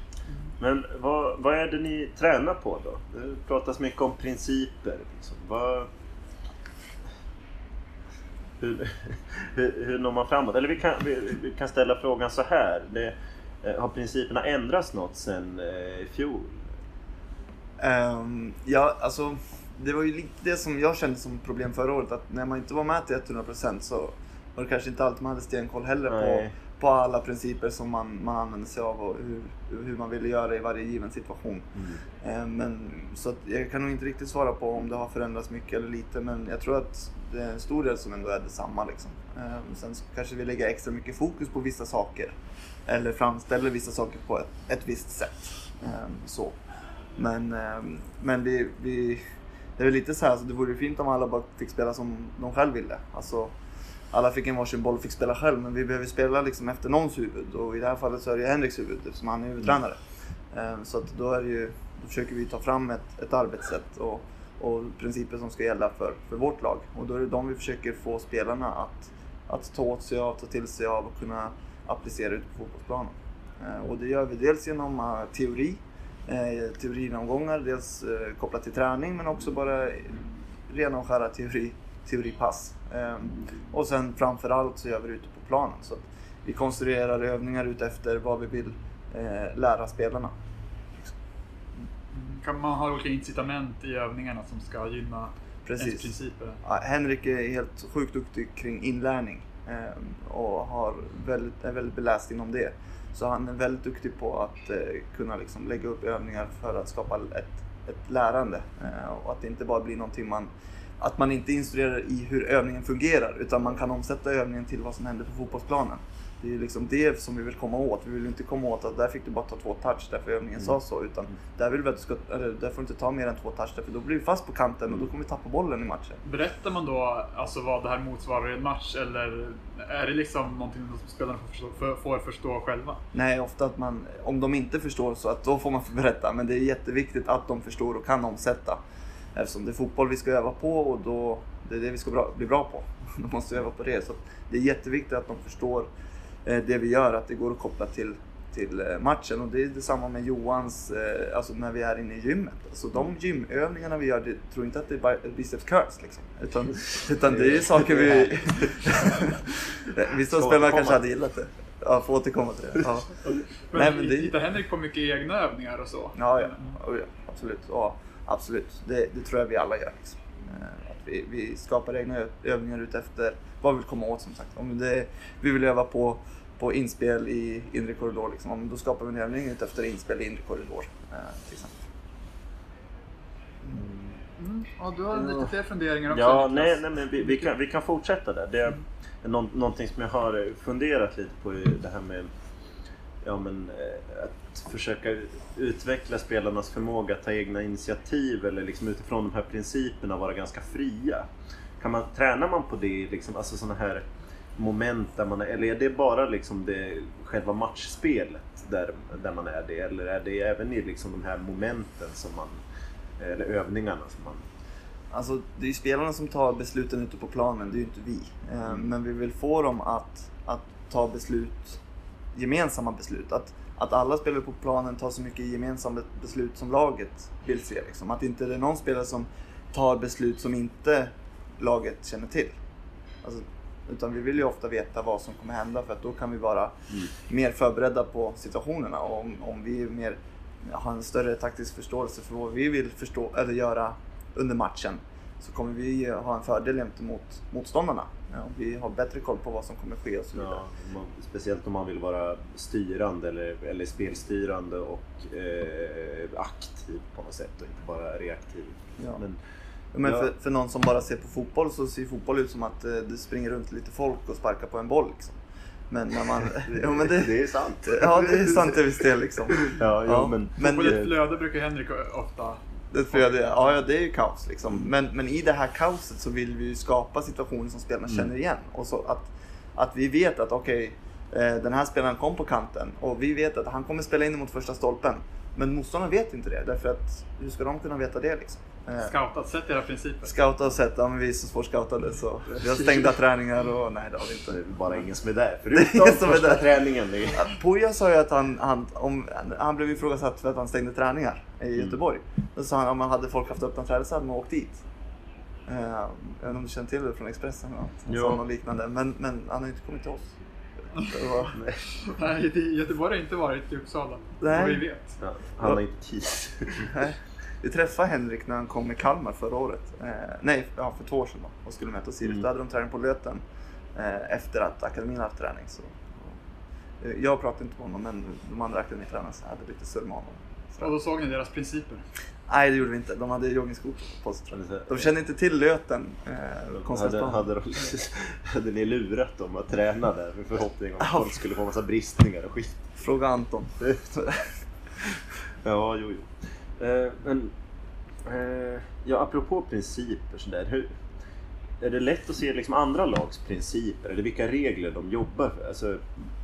Men vad, vad är det ni tränar på då? Det pratas mycket om principer. Liksom. Vad... Hur, hur, hur når man framåt? Eller vi kan, vi, vi kan ställa frågan så här. Det, eh, har principerna ändrats något sen eh, i fjol? Um, ja, alltså det var ju lite det som jag kände som problem förra året, att när man inte var med till hundra procent så var det kanske inte alltid man hade stenkoll heller på, på alla principer som man, man använde sig av och hur, hur man ville göra i varje given situation. Mm. Eh, men, så att jag kan nog inte riktigt svara på om det har förändrats mycket eller lite, men jag tror att det är en stor del som ändå är detsamma. Liksom. Eh, sen kanske vi lägger extra mycket fokus på vissa saker eller framställer vissa saker på ett, ett visst sätt. Eh, så. Men, eh, men det, vi, det är väl lite så här, alltså det vore fint om alla bara fick spela som de själv ville. Alltså, alla fick en varsin boll och fick spela själv, men vi behöver spela liksom efter någons huvud. Och i det här fallet så är det Henriks huvud, eftersom han är huvudtränare. Mm. Så att då, är det ju, då försöker vi ta fram ett, ett arbetssätt och, och principer som ska gälla för, för vårt lag. Och då är det de vi försöker få spelarna att, att ta åt sig av, ta till sig av och kunna applicera ut på fotbollsplanen. Och det gör vi dels genom uh, teori, uh, teorinomgångar, dels uh, kopplat till träning, men också bara rena och skära teori, teoripass. Um, och sen framförallt så gör vi det ute på planen. Så att vi konstruerar övningar ut efter vad vi vill uh, lära spelarna. Kan man ha olika incitament i övningarna som ska gynna ens principer? Ja, Henrik är helt sjukt duktig kring inlärning um, och har väldigt, är väldigt beläst inom det. Så han är väldigt duktig på att uh, kunna liksom lägga upp övningar för att skapa ett, ett lärande. Uh, och att det inte bara blir någonting man... Att man inte instruerar i hur övningen fungerar, utan man kan omsätta övningen till vad som händer på fotbollsplanen. Det är liksom det som vi vill komma åt. Vi vill inte komma åt att där fick du bara ta två touch därför övningen mm. sa så. Utan där vill vi att du ska, eller där får du inte ta mer än två touch därför då blir vi fast på kanten och då kommer vi tappa bollen i matchen. Berättar man då alltså vad det här motsvarar i en match, eller är det liksom någonting som spelarna får förstå, för, får förstå själva? Nej, ofta att man, om de inte förstår så att då får man berätta. Men det är jätteviktigt att de förstår och kan omsätta. Eftersom det är fotboll vi ska öva på och då, det är det vi ska bra, bli bra på. Då måste vi öva på det. Så det är jätteviktigt att de förstår det vi gör, att det går att koppla till, till matchen. Och det är detsamma med Johans, alltså när vi är inne i gymmet. Alltså de gymövningarna vi gör, det, tror inte att det är bara biceps curls liksom. Utan, utan det är saker vi... Vissa spelare kanske hade gillat det. Ja, får återkomma till det. Ja. Men, Nej, men det... Hittar Henrik på mycket egna övningar och så? Ja, ja. Oh, ja. Absolut. Ja, absolut. Det, det tror jag vi alla gör. Liksom. Att vi, vi skapar egna övningar ut efter vad vi vill komma åt, som sagt. Om det, vi vill öva på, på inspel i inre korridor, liksom. Om, då skapar vi en övning ut efter inspel i inre korridor, till exempel. Mm. Mm. Ja, du har lite fler funderingar också. Ja, nej, nej, men vi, vi, kan, vi kan fortsätta där. Det är mm. nå, någonting som jag har funderat lite på, det här med ja, men, att försöka utveckla spelarnas förmåga att ta egna initiativ eller liksom utifrån de här principerna vara ganska fria. Kan man, tränar man på det, liksom, alltså sådana här moment där man är, eller är det bara liksom det, själva matchspelet där, där man är det, eller är det även i liksom de här momenten som man, eller övningarna som man... Alltså det är ju spelarna som tar besluten ute på planen, det är ju inte vi. Mm. Men vi vill få dem att, att ta beslut, gemensamma beslut. Att, att alla spelare på planen tar så mycket gemensamma beslut som laget vill se. Liksom. Att inte det är någon spelare som tar beslut som inte laget känner till. Alltså, utan vi vill ju ofta veta vad som kommer hända, för att då kan vi vara mm. mer förberedda på situationerna. Och om, om vi mer, har en större taktisk förståelse för vad vi vill förstå, eller göra under matchen, så kommer vi ha en fördel gentemot motståndarna. Ja, vi har bättre koll på vad som kommer ske och så vidare. Ja, man, speciellt om man vill vara styrande eller, eller spelstyrande och eh, aktiv på något sätt och inte bara reaktiv. Ja. Men, Men ja. för, för någon som bara ser på fotboll så ser fotboll ut som att eh, det springer runt lite folk och sparkar på en boll liksom. Men när man... ja, men det, det är sant. Ja, det är sant till viss del liksom. Ja, ja, men... men på ett flöde brukar Henrik ofta... Det flöde, ja, det är ju kaos liksom. Men, men i det här kaoset så vill vi ju skapa situationer som spelarna mm. känner igen. Och så att, att vi vet att okej, okay, den här spelaren kom på kanten och vi vet att han kommer spela in mot första stolpen. Men motståndarna vet inte det, därför att hur ska de kunna veta det liksom? Scoutat, sett era principer? Scoutat och sett, ja men vi är så svårt scoutade så vi har stängda träningar och nej det har vi inte. Det är bara ingen som är där, förutom som första är där. Träningen. Puja sa ju att han, han, om, han blev ifrågasatt för att han stängde träningar i Göteborg. Mm. Då sa han att om man hade folk haft öppna träningar så hade man åkt dit. Uh, jag vet inte om du känner till det från Expressen eller något liknande, men, men han har inte kommit till oss. Var... Nej, Göteborg har inte varit i Uppsala. Nej. Vi vet. Ja, han har inte tid. Nej. vi träffade Henrik när han kom med Kalmar förra året. Eh, nej, ja, för två år sedan då, och skulle möta Sirius. Mm. Då hade de träning på Löten eh, efter att akademin haft träning. Så, och, eh, jag pratade inte med honom, men de andra akademitränarna hade lite surr med honom. Och då såg ni deras principer? Nej, det gjorde vi inte. De hade joggingskor på sig, tror jag. De kände inte till Löten. Eh, hade, hade, de, hade ni lurat dem att träna där med förhoppning om att folk skulle få massa bristningar och skit? Fråga Anton. Ja, jo, jo. Eh, men, eh, ja, apropå principer så där, hur, är det lätt att se liksom andra lags principer eller vilka regler de jobbar för? Alltså,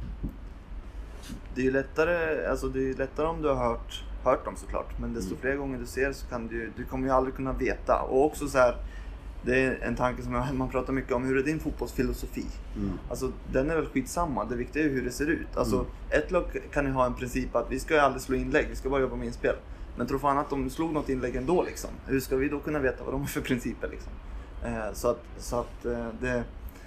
det är ju lättare, alltså det är lättare om du har hört, hört dem såklart, men desto fler gånger du ser så kan du, du kommer ju aldrig kunna veta. Och också så här, det är en tanke som man pratar mycket om, hur är din fotbollsfilosofi? Mm. Alltså den är väl skitsamma, det viktiga är hur det ser ut. Alltså mm. ett lag kan ju ha en princip att vi ska ju aldrig slå inlägg, vi ska bara jobba med inspel. Men tror fan att de slog något inlägg ändå liksom. Hur ska vi då kunna veta vad de har för principer liksom? Eh, så att, så att eh, det,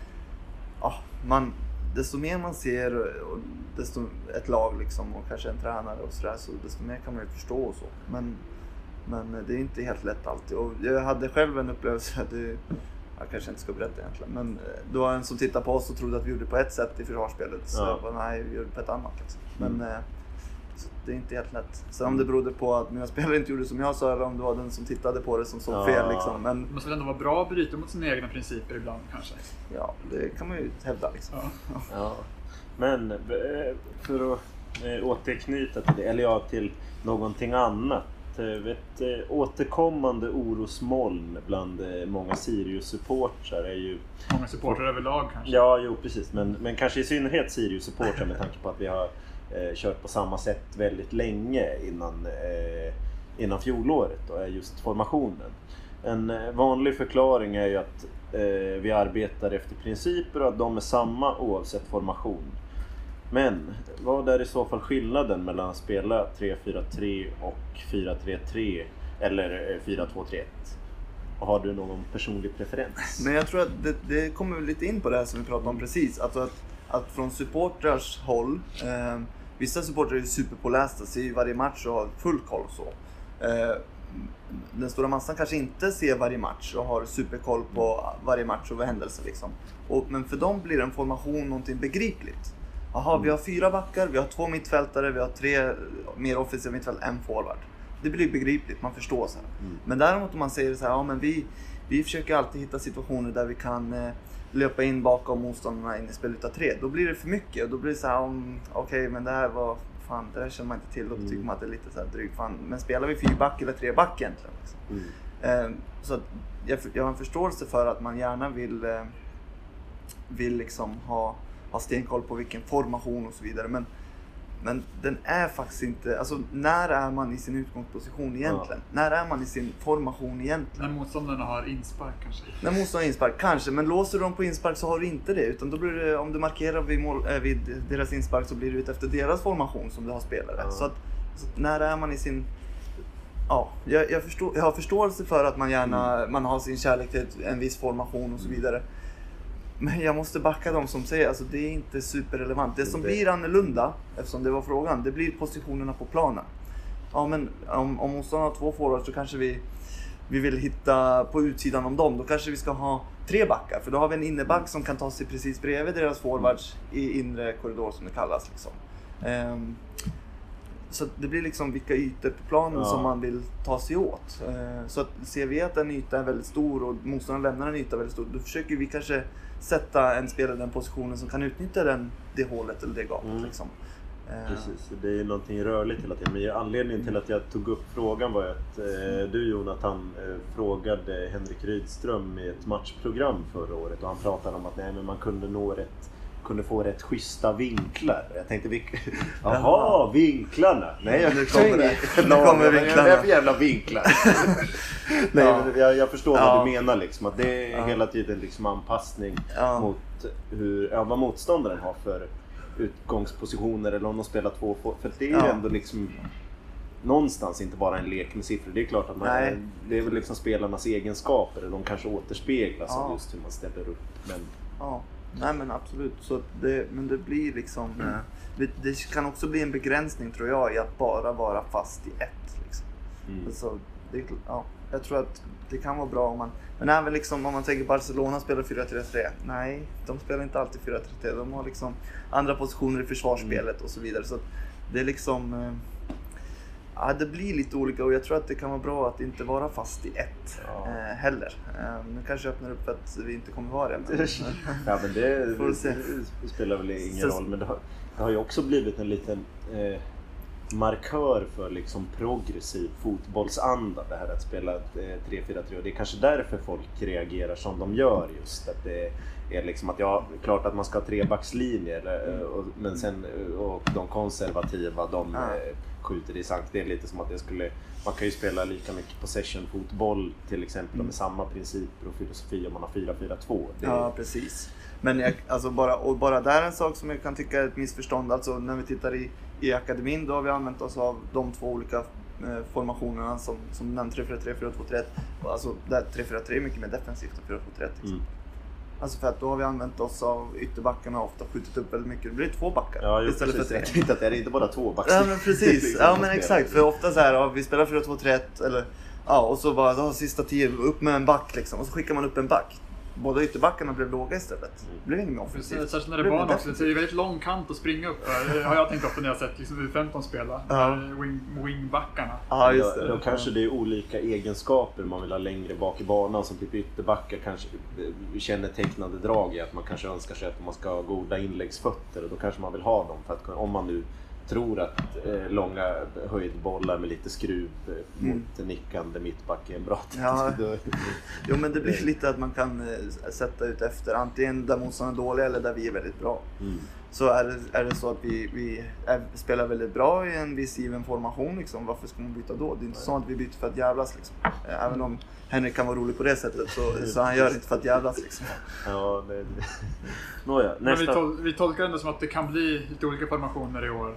ja, man, desto mer man ser och desto ett lag liksom och kanske en tränare och sådär, så desto mer kan man ju förstå och så. Men Men det är inte helt lätt alltid. Och jag hade själv en upplevelse, det, jag kanske inte ska berätta egentligen, men det var en som tittade på oss och trodde att vi gjorde på ett sätt i försvarsspelet. Så ja. jag bara, nej, vi gjorde på ett annat liksom. Men mm. så det är inte helt lätt. Sen om det berodde på att mina spelare inte gjorde som jag sa, eller om det var den som tittade på det som såg ja. fel liksom. Men det måste väl ändå vara bra att bryta mot sina egna principer ibland kanske. Ja, det kan man ju hävda liksom. Ja. Ja. Men för att återknyta till det, eller ja, till någonting annat. Ett återkommande orosmoln bland många Sirius-supportrar är ju... Många supportrar överlag kanske? Ja, jo precis. Men, men kanske i synnerhet Sirius-supportrar med tanke på att vi har eh, kört på samma sätt väldigt länge innan, eh, innan fjolåret och är just formationen. En eh, vanlig förklaring är ju att eh, vi arbetar efter principer och att de är samma oavsett formation. Men vad är i så fall skillnaden mellan att spela tre fyra tre och fyra tre tre eller fyra två tre ett? Och har du någon personlig preferens? Men jag tror att det, det kommer lite in på det här som vi pratade om precis. Alltså att, att från supportrars håll, eh, vissa supportrar är superpålästa, ser ju varje match och har full koll och så. Eh, den stora massan kanske inte ser varje match och har superkoll på varje match och händelse liksom. Och, men för dem blir en formation någonting begripligt. Jaha, vi har fyra backar, vi har två mittfältare, vi har tre mer offensiva mittfält än forward. Det blir begripligt, man förstår så här. Mm. Men däremot om man säger så här, ja men vi, vi försöker alltid hitta situationer där vi kan eh, löpa in bakom motståndarna in i spel utav tre. Då blir det för mycket och då blir det så här, um, okej okay, men det här var, fan det här känner man inte till och då tycker man att det är lite så här drygt. Fan, men spelar vi fyra back eller tre back egentligen? Liksom. Mm. Eh, så att jag, jag har en förståelse för att man gärna vill, eh, vill liksom ha... ha stenkoll på vilken formation och så vidare, men, men den är faktiskt inte, alltså när är man i sin utgångsposition egentligen? Ja. När är man i sin formation egentligen? När motståndarna har inspark kanske? När motståndarna har inspark, kanske, men låser du dem på inspark så har du inte det, utan då blir det, om du markerar vid, mål, äh, vid deras inspark så blir det ut efter deras formation som du har spelare. Ja. Så, att, så att när är man i sin, ja, jag, jag, förstår, jag har förståelse för att man gärna, mm. man har sin kärlek till en viss formation och så vidare. Men jag måste backa dem som säger, alltså det är inte superrelevant. Det som det... blir annorlunda, eftersom det var frågan, det blir positionerna på planen. Ja men om, om motståndarna har två forwards så kanske vi, vi vill hitta på utsidan om dem. Då kanske vi ska ha tre backar, för då har vi en innerback som kan ta sig precis bredvid deras forwards i inre korridor som det kallas liksom. Um, så det blir liksom vilka ytor på planen ja. som man vill ta sig åt. Uh, så att ser vi att en yta är väldigt stor och motståndaren lämnar en yta väldigt stor, då försöker vi kanske sätta en spelare i den positionen som kan utnyttja den, det hålet eller det gapet. Mm. Liksom. Precis, det är någonting rörligt hela tiden. Men anledningen till att jag tog upp frågan var att eh, du Jonathan eh, frågade Henrik Rydström i ett matchprogram förra året och han pratade om att nej, men man kunde nå rätt, kunde få rätt schyssta vinklar. Jag tänkte, vi... jaha, vinklarna! Nej, jag nu kommer det. Nu kommer vinklarna. Det är för jävla vinklar. Nej, ja. men jag, jag förstår ja. vad du menar liksom, att det är ja. hela tiden liksom anpassning ja. mot hur, ja, vad motståndaren har för utgångspositioner eller om de spelar två, för det är ju ja. ändå liksom någonstans inte bara en lek med siffror. Det är klart att man, det är väl liksom spelarnas egenskaper, eller de kanske återspeglas ja. av just hur man ställer upp. Men... Ja, nej men absolut. Så det, men det blir liksom, mm. det, det kan också bli en begränsning tror jag i att bara vara fast i ett. Liksom. Mm. Alltså, det, ja, jag tror att det kan vara bra om man, men även liksom om man tänker Barcelona spelar fyra tre tre. Nej, de spelar inte alltid fyra tre tre. De har liksom andra positioner i försvarsspelet och så vidare. Så det är liksom, ja, det blir lite olika och jag tror att det kan vara bra att inte vara fast i ett Ja. eh, heller. Eh, nu kanske öppnar upp för att vi inte kommer vara det. Men, Ja, men det, Får vi se. det spelar väl ingen Så- roll. Men det har, det har ju också blivit en liten eh, markör för liksom progressiv fotbollsanda. Det här att spela eh, tre fyra tre. Och det är kanske därför folk reagerar som de gör just. Att det är liksom att ja, klart att man ska ha trebackslinjer. Eh, och, men sen, eh, och de konservativa, de Ja. eh, skjuter i sank. Det är lite som att det skulle... Man kan ju spela lika mycket possession-fotboll till exempel Mm. med samma principer och filosofi om man har fyra fyra två. Det är, Ja, precis. Men jag, alltså bara, och bara där är en sak som jag kan tycka är ett missförstånd. Alltså när vi tittar i, i akademin, då har vi använt oss av de två olika eh, formationerna som, som nämnt tre fyra tre, fyra två tre ett. Alltså där tre fyra tre är mycket mer defensivt än fyra två tre ett. Mm. Alltså för att då har vi använt oss av ytterbackarna och ofta skjutit upp väldigt mycket. Det blir två backar Ja, just istället precis. för Jag tre. tänkte att det är inte bara två backs. Ja men precis, Liksom, ja man men spelar. exakt. För ofta så här, ja, vi spelar fyra två tre ett eller ja, och så bara då, sista tio upp med en back liksom. Och så skickar man upp en back. Båda ytterbackarna blev låga istället. Det blev inget mer offensivt. Särskilt när det är blev barn mer också. Det är ju väldigt lång kant att springa upp. Det har jag tänkt ofta när jag sett liksom U femton spela. Ja. Wing, wingbackarna. Ja just Då, det. då kanske det är olika egenskaper man vill ha längre bak i banan, som typ ytterbackar kanske kännetecknande drag i att man kanske önskar sig att man ska ha goda inläggsfötter, och då kanske man vill ha dem för att om man nu tror att eh, långa höjdbollar med lite skruv eh, Mm. mot nickande mittback är en bra Ja. då, Jo men det blir lite att man kan eh, sätta ut efter antingen där motståndaren är dålig eller där vi är väldigt bra. mm. Så är det, är det så att vi, vi är, spelar väldigt bra i en viss given formation liksom, varför ska man byta då? Det är inte så att vi byter för att jävlas liksom. Eh, Även om Henrik kan vara rolig på det sättet så, så han gör det inte för att jävlas liksom. Ja, det, det. Nåja, Men vi, nästa. tol- vi tolkar ändå som att det kan bli lite olika formationer i år.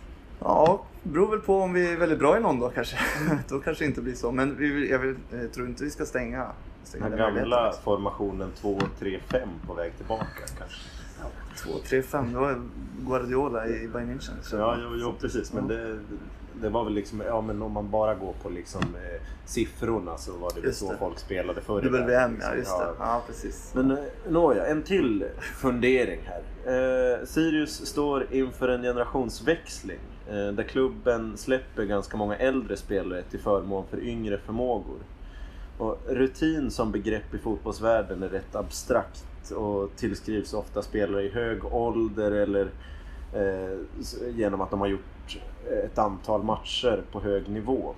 Ja, beror väl på om vi är väldigt bra i någon då kanske. Då kanske det inte blir så. Men vi vill, jag vill, jag tror inte vi ska stänga, stänga Den här den möjligheten, gamla liksom. formationen två tre fem på väg tillbaka kanske. två tre fem, det var Guardiola i Bayern München. Så Ja, jo, jo precis. Men det, det var väl liksom, ja men om man bara går på liksom eh, siffrorna så var det väl Just så det. folk spelade förr. i W M, världen, ja liksom. just det. Ja, precis. Men eh, nåja, en till fundering här. Eh, Sirius står inför en generationsväxling eh, där klubben släpper ganska många äldre spelare till förmån för yngre förmågor. Och rutin som begrepp i fotbollsvärlden är rätt abstrakt och tillskrivs ofta spelare i hög ålder eller eh, genom att de har gjort ett antal matcher på hög nivå.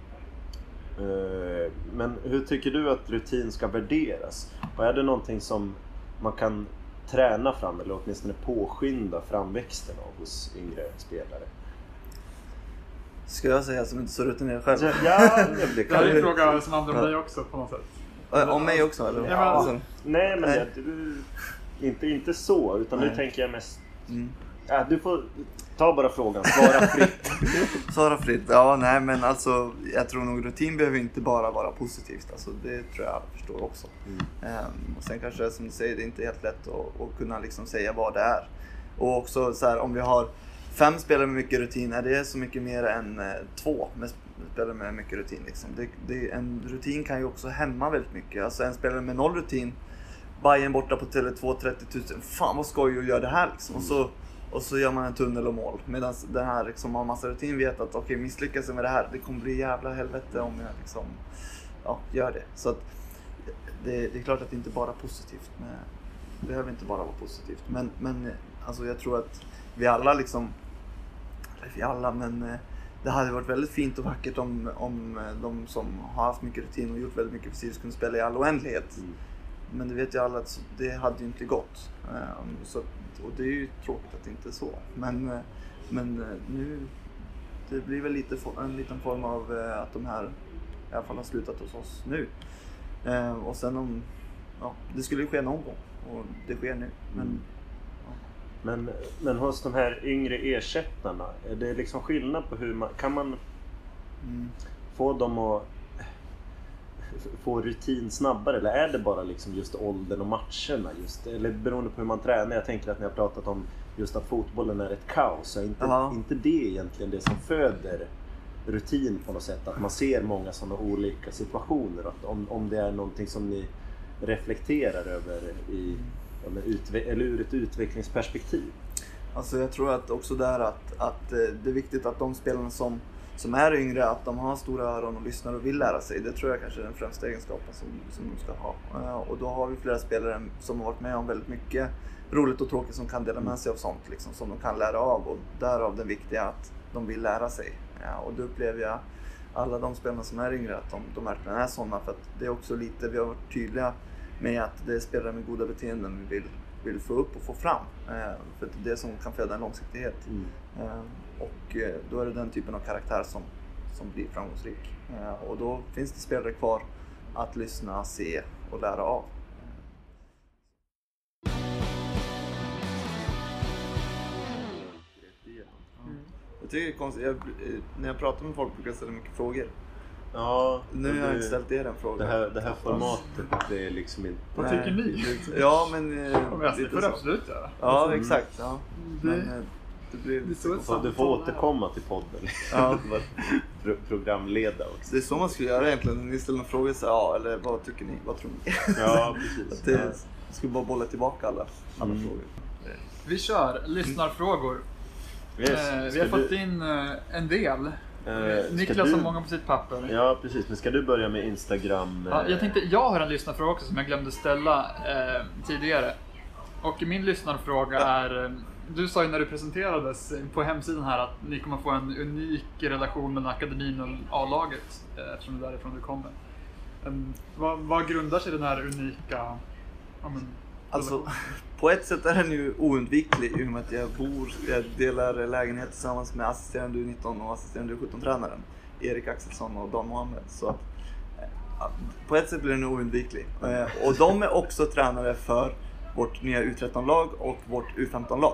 Eh, men hur tycker du att rutin ska värderas? Och är det någonting som man kan träna fram eller åtminstone påskynda framväxten av hos yngre spelare? Ska jag säga som inte så rutinerad själv? Ja, det Det kan här är en du. fråga som handlar om dig också på något sätt. Äh, Om mig också eller? Ja, men- Alltså, Nej, men Nej. det, du, inte, inte så, utan nu Nej. tänker jag mest... mm. Ja, du får ta bara frågan, svara fritt. Sara fritt. Ja, nej men alltså jag tror nog rutin behöver inte bara vara positivt. Alltså det tror jag alla förstår också. Mm. Ehm, och sen kanske som du säger, det är inte helt lätt att, att kunna liksom säga vad det är. Och också så här, om vi har fem spelare med mycket rutin, är det så mycket mer än eh, två med sp- spelare med mycket rutin liksom. Det, det, en rutin kan ju också hämma väldigt mycket. Alltså en spelare med noll rutin, Bayern borta på Tele två, trettio tusen, fan vad skoj att göra det här liksom. Och så Och så gör man en tunnel och mål. Medan den här liksom har massa rutin vet att okej, okay, misslyckas jag med det här, det kommer bli jävla helvete om jag liksom ja, gör det. Så att det, det är klart att det inte bara är positivt. Men det behöver inte bara vara positivt. Men, men alltså jag tror att vi alla liksom, eller vi alla, men det hade varit väldigt fint och vackert om, om de som har haft mycket rutin och gjort väldigt mycket för Sirius kunde spela i all oändlighet. Mm. Men det vet ju alla att det hade ju inte gått. Um, så, och det är ju tråkigt att det inte är så. Men, men nu, det blir väl lite en liten form av uh, att de här i alla fall har slutat hos oss nu. Uh, och sen om, ja, det skulle ju ske någon gång. Och det sker nu. Men, Mm. ja. Men, men hos de här yngre ersättarna, är det liksom skillnad på hur man, kan man Mm. få dem att få rutin snabbare, eller är det bara liksom just åldern och matcherna just, eller beroende på hur man tränar? Jag tänker att ni har pratat om just att fotbollen är ett kaos, så är inte, Ja. inte det egentligen det som föder rutin på något sätt. Att man ser många sådana olika situationer. Att om, om det är någonting som ni reflekterar över i, eller, utve- eller ur ett utvecklingsperspektiv. Alltså jag tror att också där att, att det är viktigt att de spelarna som, som är yngre, att de har stora öron och lyssnar och vill lära sig. Det tror jag kanske är den främsta egenskapen som, som de ska ha. Och då har vi flera spelare som har varit med om väldigt mycket roligt och tråkigt som kan dela med sig av sånt liksom, som de kan lära av. Och därav det viktiga att de vill lära sig. Ja, och då upplever jag alla de spelarna som är yngre att de, de verkligen är sådana. För att det är också lite, vi har varit tydliga med att det är spelare med goda beteenden vi vill, vill få upp och få fram. Eh, för det är det som kan föda en långsiktighet. Mm. Eh, och eh, då är det den typen av karaktär som, som blir framgångsrik. Eh, och då finns det spelare kvar att lyssna, se och lära av. Jag tycker det är konstigt, jag, när jag pratar med folk brukar jag ställa mycket frågor. Ja, nu har jag inte ställt er en fråga. Det här, det här formatet, det är liksom inte... Vad tycker ni? Ja, men... Eh, det får du absolut göra. Ja, mm. exakt. Ja. Det, men, det blir det så så du får återkomma till podden. Ja. Pro- programleda också. Det är så man skulle göra egentligen. När ni ställer en fråga så ja, eller vad tycker ni? Vad tror ni? Ja, precis. Det ja. Skulle bara bolla tillbaka alla, alla mm. frågor. Vi kör lyssnarfrågor. Yes. Eh, vi har ska fått du... in eh, en del. Eh, Niklas du... har många på sitt papper. Ja, precis. Men ska du börja med Instagram? Eh... Ja, jag tänkte, jag har en lyssnarfråga också som jag glömde ställa eh, tidigare. Och min lyssnarfråga ja. är... Eh, du sa ju när du presenterades på hemsidan här att ni kommer få en unik relation mellan akademin och A-laget. Eh, eftersom det är därifrån du kommer. Eh, vad, vad grundar sig den här unika... Ja, men, alltså, på ett sätt är den ju oundviklig i och med att jag bor, jag delar lägenhet tillsammans med assisterande U nitton och assisterande U sjutton-tränaren Erik Axelsson och Dan Mohammed. Så på ett sätt blir den oundviklig. Och de är också tränare för vårt nya U tretton-lag och vårt U femton-lag.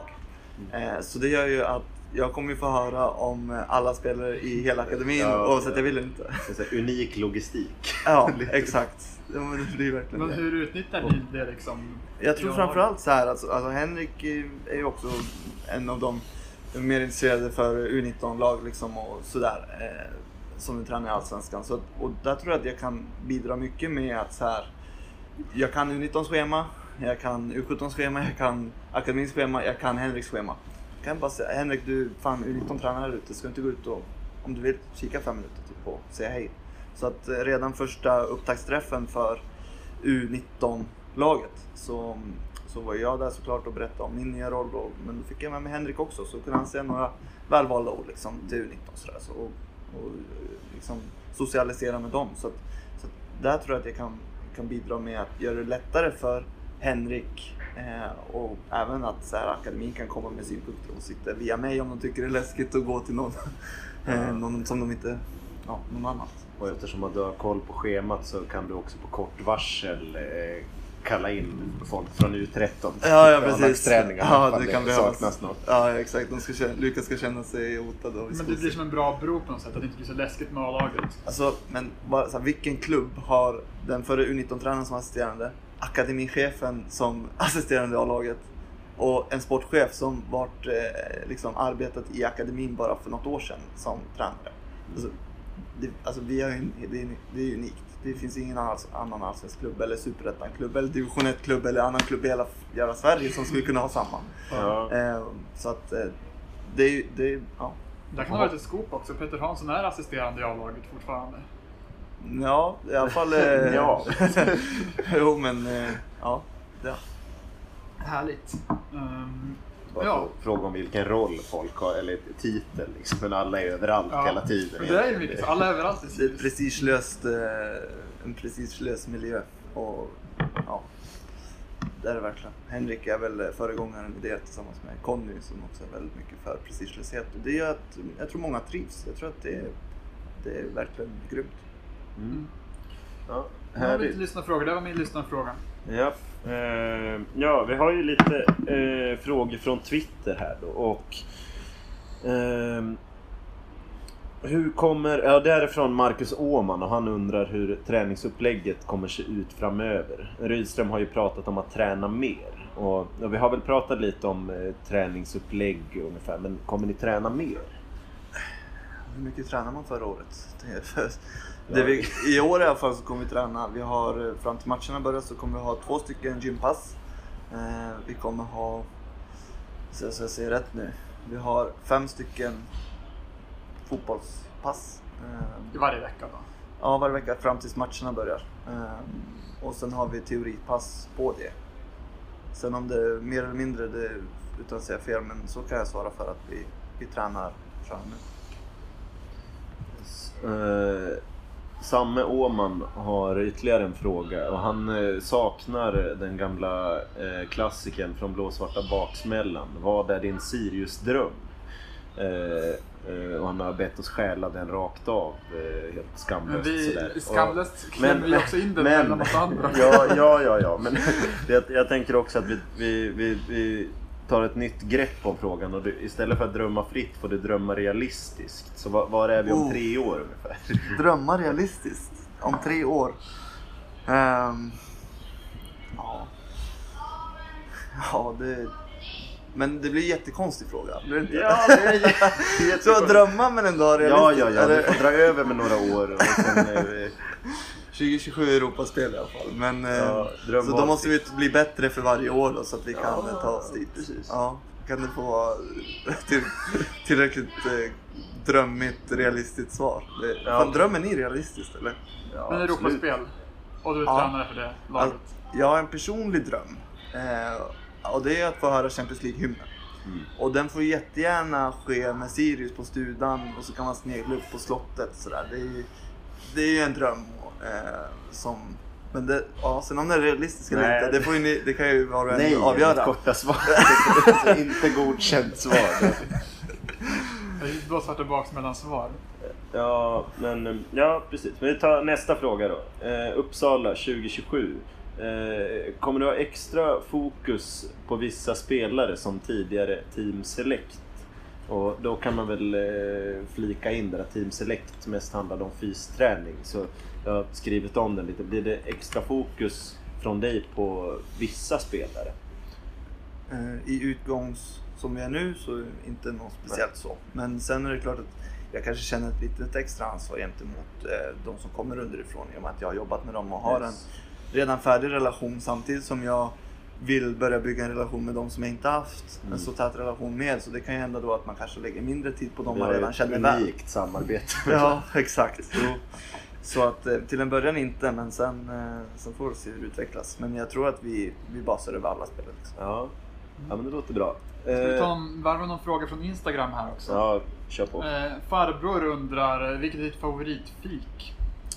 Så det gör ju att jag kommer ju få höra om alla spelare i hela akademin, ja, oavsett ja. jag vill inte. Så unik logistik. Ja, exakt. Ja, men, det blir verkligen men hur utnytttar ni det liksom? Jag tror framförallt så här, alltså, alltså Henrik är ju också en av de mer intresserade för U nitton-lag liksom och sådär, eh, som nu tränar i Allsvenskan. Så, och där tror jag att jag kan bidra mycket med att så här, jag kan U nitton-schema, jag kan U sjutton-schema, jag kan akademins schema, jag kan Henriks schema. Jag kan bara säga, Henrik, du fan U nitton-tränare ute, ska inte gå ut och, om du vill, kika fem minuter typ och säga hej. Så att redan första upptaktsträffen för U nitton-laget så, så var jag där såklart och berättade om min nya roll. Och, men då fick jag med mig Henrik också, så kunde han säga några välvalda ord liksom, till U nitton sådär, så, och, och liksom socialisera med dem. Så, att, så att där tror jag att jag kan, kan bidra med att göra det lättare för Henrik eh, och även att så här, akademin kan komma med synpunkter och sitta via mig om de tycker det är läskigt att gå till någon, eh, någon som de inte, ja, någon annan. Och eftersom att du har koll på schemat så kan du också på kort varsel eh, kalla in folk från U tretton. Ja, ja precis. Ja, det kan det saknas något. Ja, exakt. De ska känna, Lukas ska känna sig hotad. Men det blir som en bra bro på något sätt, att det inte blir så läskigt med A-laget. Alltså, men bara, så här, vilken klubb har den före U nitton-tränaren som assisterande, akademichefen som assisterande i A-laget och en sportchef som varit eh, liksom arbetat i akademin bara för något år sedan som tränare. Alltså, det, alltså vi har en, det, är, det är unikt. Det finns ingen annan, annan allsvensk klubb eller superettan-klubb eller division ett-klubb eller annan klubb i hela, hela Sverige som skulle kunna ha samma. Ja. Eh, så att eh, det är det, ja. Där kan vara lite skop också. Peter Hansson är assisterande i A-laget fortfarande. Ja, i alla fall. Eh, ja. Jo, men eh, ja. ja. Härligt. Um, ja. Fråga om vilken roll folk har, eller titel liksom, men alla är överallt ja. hela tiden. Men det är ju mycket, alla är överallt. Det är prestigelöst, en prestigelös miljö och ja, det är det verkligen. Henrik är väl föregångaren i det tillsammans med Conny som också är väldigt mycket för prestigelöshet. Det gör att jag tror många trivs. Jag tror att det är, det är verkligen grymt. Mm. Ja, här vill lyssna frågor. Det var min lyssnarfråga. Ja. Uh, ja, vi har ju lite uh, frågor från Twitter här då, och uh, hur kommer, ja, det är från Marcus Åman och han undrar hur träningsupplägget kommer se ut framöver. Rydström har ju pratat om att träna mer och, och vi har väl pratat lite om uh, träningsupplägg ungefär, men kommer ni träna mer? hur mycket tränar man förra året? Det vi, I år i alla fall så kommer vi träna. Vi har, fram till matcherna börjar så kommer vi ha två stycken gympass. Eh, vi kommer ha, så jag ser rätt nu, vi har fem stycken fotbollspass. I varje vecka då? Ja, varje vecka fram tills matcherna börjar. Och sen har vi teoripass på det. Sen om det är mer eller mindre, det, utan att säga fel, men så kan jag svara för att vi, vi tränar fram nu. Uh, Samme Åman har ytterligare en fråga och han uh, saknar den gamla uh, klassiken från Blåsvarta baksmällan. Vad är din Sirius-dröm? Uh, Uh, och han har bett oss stjäla den rakt av, uh, helt skamlöst. Men vi, sådär. Skamlöst klämmer vi också in den men, mellan massa andra. ja, ja, ja, ja. Men jag, jag tänker också att vi, vi, vi, vi tar ett nytt grepp om frågan. Och du, istället för att drömma fritt får du drömma realistiskt. Så var, var är vi om oh. tre år ungefär? Drömma realistiskt? Om tre år? Um, ja. Ja, det... Men det blir en jättekonstig fråga. Blir det inte? Ja, det är jättekonstigt. Så att drömma men ändå realistiskt. Ja, ja, ja. Du får dra över med några år. Och sen vi... tjugo tjugosju Europaspel i alla fall. Men, ja, så då måste vi bli bättre för varje år då, så att vi kan ja, ta oss dit. Precis. Ja, kan det få vara till, tillräckligt eh, drömmigt, realistiskt svar? Det, ja. Fan, drömmer ni realistiskt eller? Ja, men Europaspel. Och du är ja. tränare för det laget. Att jag har en personlig dröm. Eh, Och det är att få höra Champions League-hymnen. Mm. Och den får jättegärna ske med Sirius på studan. Och så kan man snegla upp på slottet. Sådär. Det är ju det är ju en dröm. Eh, som, men det, ja, sen om det är realistiskt eller inte, det, får ju ni, det kan ju vara en Nej, avgöra. Nej, korta svar. Inte godkänt svar. Det är bara svarta baksmällan svar. Ja, men ja, precis. Men vi tar nästa fråga då. Eh, Uppsala tjugo tjugosju. Eh, kommer du ha extra fokus på vissa spelare som tidigare Team Select? Och då kan man väl eh, flika in där att Team Select mest handlade om fysträning. Så jag har skrivit om den lite. Blir det extra fokus från dig på vissa spelare? Eh, I utgångs som vi är nu så inte något speciellt Nej. så. Men sen är det klart att jag kanske känner ett litet extra ansvar gentemot eh, de som kommer underifrån. I och med att jag har jobbat med dem och har yes. en redan färdig relation, samtidigt som jag vill börja bygga en relation med dem som jag inte haft mm. en så tät relation med. Så det kan ju hända då att man kanske lägger mindre tid på dem man redan känner väl. Det är ett samarbete. Ja, exakt. Så, så att till en början inte, men sen, sen får vi se hur det utvecklas. Men jag tror att vi, vi basar över alla spel. Liksom. Ja. Ja, men det låter bra. Ska vi ta en, varva någon fråga från Instagram här också? Ja, kör på. Eh, farbror undrar, vilket är ditt favoritfik?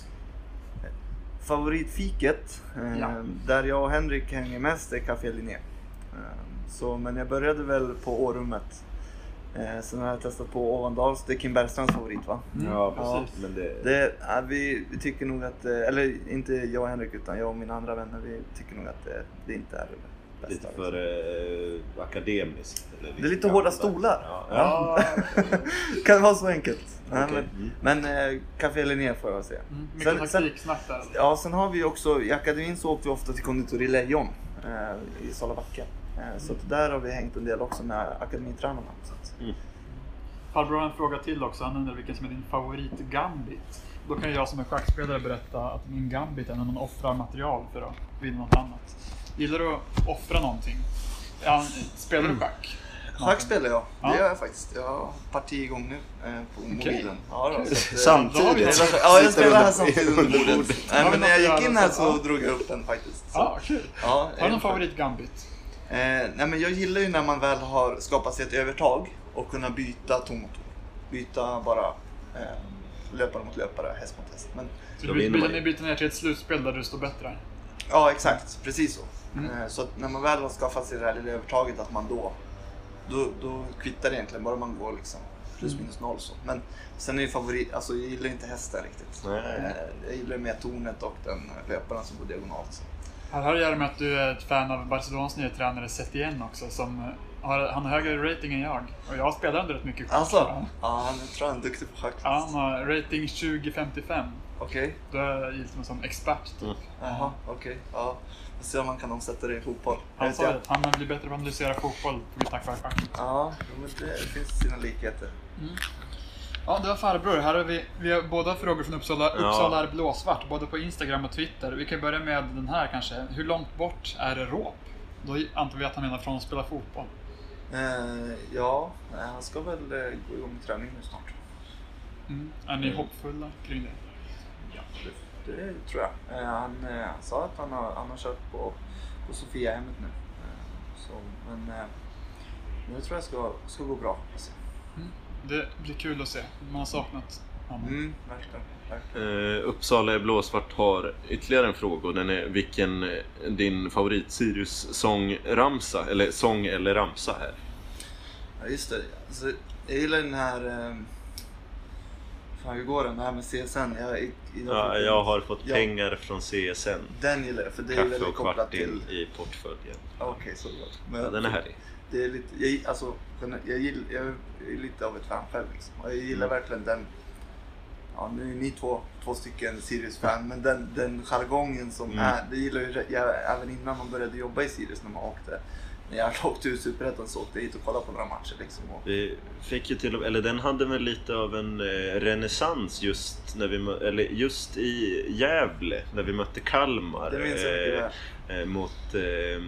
Favoritfiket, eh, ja. där jag och Henrik hänger mest, är Café Linné. Eh, så, men jag började väl på Årummet. Eh, sen har jag testat på Ovandals, det är Kim Bergstrands favorit va? Mm. Ja, precis. Ja, men det... Det, ja, vi, vi tycker nog att, eller inte jag och Henrik utan jag och mina andra vänner, vi tycker nog att det, det inte är det bästa. Lite för eh, akademiskt. Eller det är lite hårda stolar. Ja. Ja. Kan det vara så enkelt? Okay. Nej, men men eh, Café Linné får jag säga. Mm, mycket taktiksnack där. Ja, sen har vi också, i akademin så åkte vi ofta till konditori Lejon eh, i Salabacka. Eh, så att där har vi hängt en del också med akademitränarna. Så att. Mm. Farbror har en fråga till också, han undrar vilken som är din favorit gambit. Då kan jag som en schackspelare berätta att min gambit är när man offrar material för att vinna något annat. Gillar du att offra någonting? Ja, spelar du schack? Schack spelar jag, ja. det gör jag faktiskt. Jag har parti igång nu eh, på okay. mobilen. Ja, då, så att, samtidigt? Ja, jag spelar här samtidigt under bordet. Nej, men när jag gick in här så ja. drog jag upp den faktiskt. Så. Ja, kul. Ja, har du någon favorit gambit? Eh, nej, men jag gillar ju när man väl har skapat sig ett övertag och kunna byta ton mot ton. Byta bara eh, löpare mot löpare, häst mot häst. Men så du byter, byter, ni byter ner till ett slutspel där du står bättre? Ja, exakt. Precis så. Mm. Eh, så att när man väl har skaffat sig det här lilla övertaget, att man då Då, då kvittar det egentligen, bara man går liksom plus minus noll så. Men sen är ju favorit, alltså jag gillar inte hästen riktigt. Nej. Jag gillar mer tornet och den löparen som går diagonalt. Så. Här har det att göra med att du är ett fan av Barcelonas nya tränare Setien också, som har, han har högre rating än jag. Och jag spelar ändå rätt mycket schack. Alltså? Ja, ja han tror han är duktig på schack. Ja, han har rating tjugo femtiofem. Okej. Okay. Då är jag gilt som expert typ. Mm. Jaha, okej. Okay. Ja. Se om man kan omsätta det i fotboll. Han sa att han blir bättre på att analysera fotboll tack vare schack. Ja, men det finns sina likheter. Mm. Ja, det var farbror. Här har vi, vi har båda frågor från Uppsala. Ja. Uppsala är blåsvart, både på Instagram och Twitter. Vi kan börja med den här kanske. Hur långt bort är det Råp? Då antar vi att han menar från att spela fotboll. Eh, ja, han ska väl eh, gå igång med träning nu snart. Mm. Är ni hoppfulla kring det? Ja, det, det tror jag. Eh, han, eh, han sa att han har, han har kört på, på Sofiahemmet nu. Eh, så, men eh, nu tror jag ska, ska gå bra. Alltså. Mm. Det blir kul att se. Man har saknat honom. Mm, verkligen. verkligen. Uh, Uppsala är blåsvart har ytterligare en fråga, och den är vilken din favorit Sirius sång ramsa eller sång eller ramsa här. Ja, just det. Alltså, jag gillar den här eh, fan, hur går den? Det här med C S N. Jag, jag, Ja, jag har fått ja, pengar från C S N. Den gillar jag, för det är Kaffe väldigt och kopplat kvart till... in i portföljen. Okej, okay, så gott. Men Ja, den är härlig. Det är lite, jag, alltså, jag, gillar, jag är lite av ett fan själv liksom. Och jag gillar Mm. verkligen den. Ja, nu är ni två, två stycken Sirius-fan, men den, den jargongen som Mm. är, det gillar ju jag även innan man började jobba i Sirius, när man åkte. När jag åkte ut Superettan så åkte jag hit och kollade på några matcher liksom. Och... Vi fick ju till och, eller den hade väl lite av en eh, renässans just när vi mö- eller just i Gävle när vi mötte Kalmar. Det minns jag mycket väl. eh, mot eh,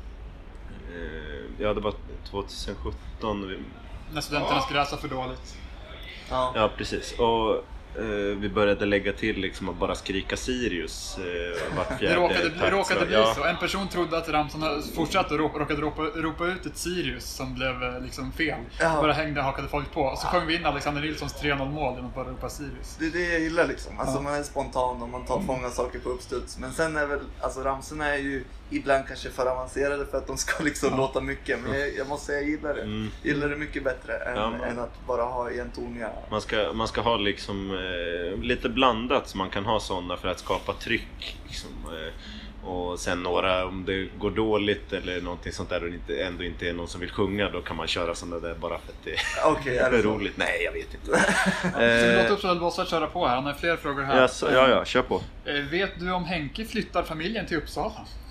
eh, ja, det var tjugohundrasjutton. Vi, När studenternas gräs var för dåligt. Ja. ja, precis. Och eh, vi började lägga till liksom att bara skrika Sirius eh, vart Det fjärde råkade, bli, takt. råkade bli Ja. så. En person trodde att Ramson fortsatte och råkade ropa, ropa ut ett Sirius som blev eh, liksom fel. Ja. Bara hängde och hakade folk på. Och så sjöng vi in Alexander Nilssons tre noll mål genom att bara ropa Sirius. Det är det jag gillar liksom. Alltså Ja. man är spontan och man tar fånga saker på uppstuds. Men sen är väl, alltså ramsorna är ju ibland kanske för avancerade för att de ska liksom Ja. låta mycket. Men jag, jag måste säga jag gillar det. Mm. Gillar det mycket bättre än, Ja, man- än att bara ha entoniga. Man ska, man ska ha liksom eh, lite blandat, så man kan ha sådana för att skapa tryck liksom, eh, och sen några, om det går dåligt eller någonting sånt där och det inte, ändå inte är någon som vill sjunga, då kan man köra sådana där bara för att det Okej, är är det så? roligt. Nej, jag vet inte. Så vi låter eh, Uppsala Blåsvart köra på här. Han har fler frågor här. ja, så, ja, ja, kör på. Eh, Vet du om Henke flyttar familjen till Uppsala?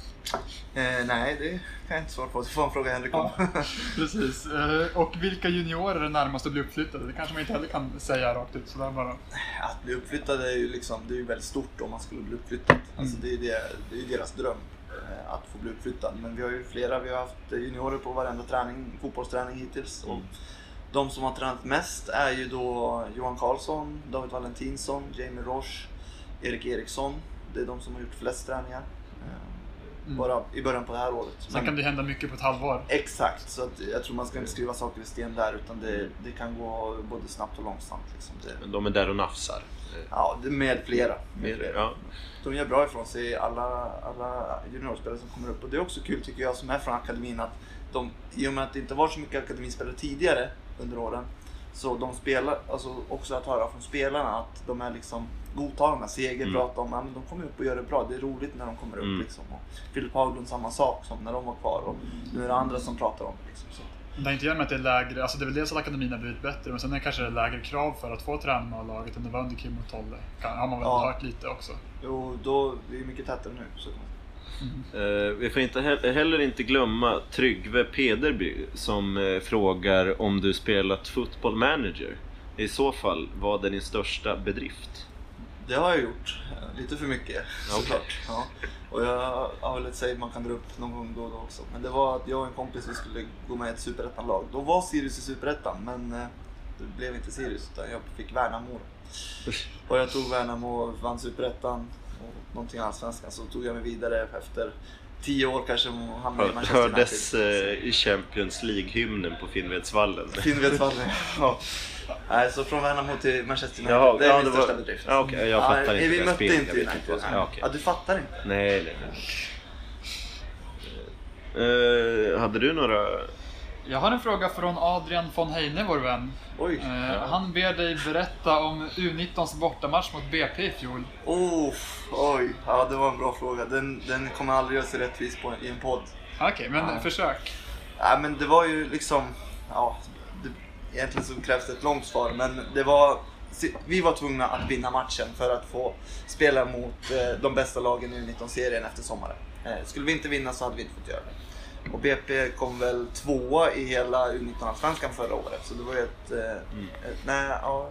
Eh, nej, det kan jag inte svara på. Du får en fråga Henrik om. Ja, precis. Eh, Och vilka juniorer är närmast att bli uppflyttade? Det kanske man inte heller kan säga rakt ut sådär bara. Att bli uppflyttad är ju liksom, det är ju väldigt stort om man skulle bli uppflyttad. Alltså det är ju det, det är ju deras dröm eh, att få bli uppflyttad. Men vi har ju flera, vi har haft juniorer på varenda träning, fotbollsträning hittills. Och de som har tränat mest är ju då Johan Karlsson, David Valentinsson, Jamie Roche, Erik Eriksson. Det är de som har gjort flest träningar. Eh, Mm. Bara i början på det här året. Sen kan det hända mycket på ett halvår. Exakt, så att jag tror man ska inte skriva saker i sten där, utan det, det kan gå både snabbt och långsamt. Liksom. Det, Men de är där och nafsar. ja, det med flera. Med Med, flera. ja. De gör bra ifrån sig, alla, alla juniorspelare som kommer upp. Och det är också kul tycker jag som är från akademin, att de, i och med att det inte var så mycket akademispelare tidigare under åren, så de spelar, alltså också att höra från spelarna att de är liksom godtagna. Seger Mm. pratar om att de kommer upp och gör det bra. Det är roligt när de kommer upp. Mm. Liksom. Och Filip Haglund samma sak som när de var kvar. Och nu är det andra som pratar om det. Liksom. Så. Det har inte gjort med att det är lägre, alltså det är väl dels att akademin har blivit bättre, men sen är det kanske lägre krav för att få träna med laget än det var under Kim och Tolle. Kan, har man väl Ja. hört lite också. Jo, då det är mycket tätare nu. Så. Eh, vi får inte he- heller inte glömma Tryggve Pederby som eh, frågar om du spelat Football Manager. I så fall, vad är din största bedrift? Det har jag gjort. Lite för mycket, Okej. såklart. Ja. Och jag har väl ett säg man kan dra upp någon gång då och då också. Men det var att jag och en kompis vi skulle gå med i ett Superettan-lag. Då var Sirius i Superettan, men eh, det blev inte Sirius utan jag fick Värnamo. Och jag tog Värnamo och vann Superettan och någonting allsvenskan. Så tog jag mig vidare efter tio år kanske och hamnade i Manchester Hördes United. eh, i Champions League-hymnen på Finnvedsvallen. Finnvedsvallen, ja. Nej, så från Värnamo till Manchester United, Jaha, det är ja, min det största var- bedrift. Ja, okej, jag fattar inte Vi det här mötte spelet, inte jag vet United. inte vad som- Nej. ja, okej. Ja, du fattar inte. Nej, nej, nej. Eh, hade du några... Jag har en fråga från Adrian von Heine, vår vän. Oj. Eh, Han ber dig berätta om U nittons bortamatch mot B P i fjol. Oh, oj, ja det var en bra fråga. Den, den kommer aldrig göra sig rättvis på, i en podd. Okej, men Ja. försök. Ja, men det var ju liksom, ja, det, egentligen så krävs det ett långt svar, men det var, vi var tvungna att vinna matchen för att få spela mot eh, de bästa lagen i U nitton-serien efter sommaren. Eh, skulle vi inte vinna så hade vi inte fått göra det. Och B P kom väl tvåa i hela U nitton-allsvenskan förra året, så det var ju ett, eh, Mm. ett nej, ja,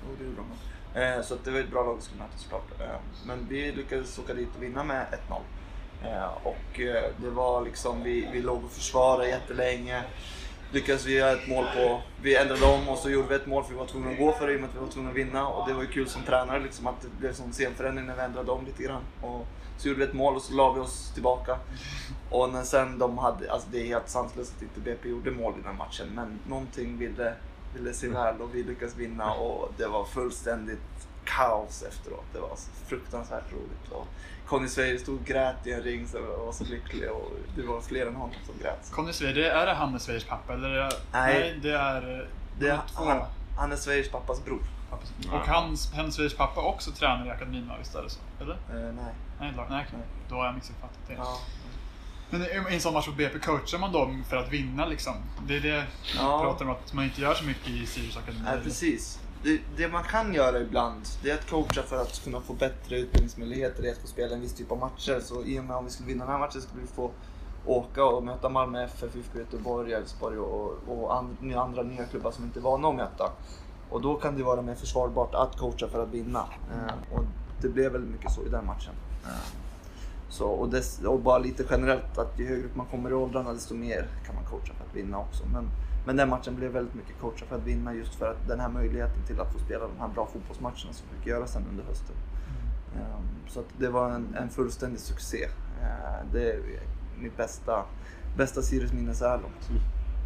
Jo, det gjorde de. Eh, så att det var ett bra lag att skulle möta såklart. Eh, men vi lyckades åka dit och vinna med ett noll. Eh, och eh, det var liksom, vi, vi låg och försvarade jättelänge. Lyckades vi göra ett mål på, vi ändrade om och så gjorde vi ett mål för vi var tvungna att gå för det i och med att vi var tvungna att vinna. Och det var ju kul som tränare liksom, att det blev som scenförändring när vi ändrade om lite grann. Och så gjorde vi ett mål och så la vi oss tillbaka. Och när sen de hade, alltså det är helt sanslöst att inte B P gjorde mål i den matchen. Men någonting ville, ville se väl och vi lyckades vinna och det var fullständigt kaos efteråt. Det var så fruktansvärt roligt. Och Conny Sverige stod och grät i en ring så jag var så lycklig och det var fler än honom som grät. Conny Sverige, är det Hannes Sveriges pappa eller? Är det, nej, nej, det är det är två. han, Hannes Sveriges pappas bror. Och hans, Hannes Sveriges pappa också tränar i akademin, visst är det så? Eller? Eh, nej. Nej, nej, nej, då har jag missuppfattat det. Ja. Men i en sån match på B P coachar man dem för att vinna liksom. Det är det ja. vi pratar om, att man inte gör så mycket i Sirius akademi. Nej, precis. Det, det man kan göra ibland, det är att coacha för att kunna få bättre utbildningsmöjligheter i att få spela en viss typ av matcher. Så i och med om vi skulle vinna den här matchen skulle vi få åka och möta Malmö F F, I F K Göteborg, Elfsborg och, och and, andra nya klubbar som inte var någon att möta. Och då kan det vara mer försvarbart att coacha för att vinna. Eh, och det blev väldigt mycket så i den matchen. Eh, så, och, dess, och bara lite generellt att ju högre upp man kommer i åldrarna desto mer kan man coacha för att vinna också. Men, men den matchen blev väldigt mycket coacha för att vinna just för att den här möjligheten till att få spela de här bra fotbollsmatcherna som fick göra sen under hösten. Mm. Eh, så att det var en, en fullständig succé. Eh, det är mitt bästa, bästa Sirius-minne så här långt. Mm.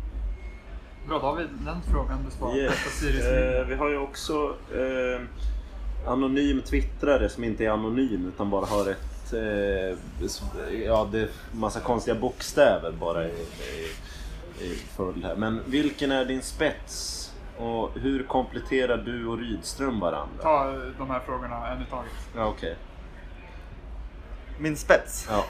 Bra, då har vi den frågan besvarad. Yes. Eh, vi har ju också eh, anonym twittrare som inte är anonym utan bara har ett eh, ja, det är massa konstiga bokstäver bara i, i, i följd här. Men vilken är din spets och hur kompletterar du och Rydström varandra? Ta de här frågorna en i taget. Ja, okej. Okay. Min spets? Ja.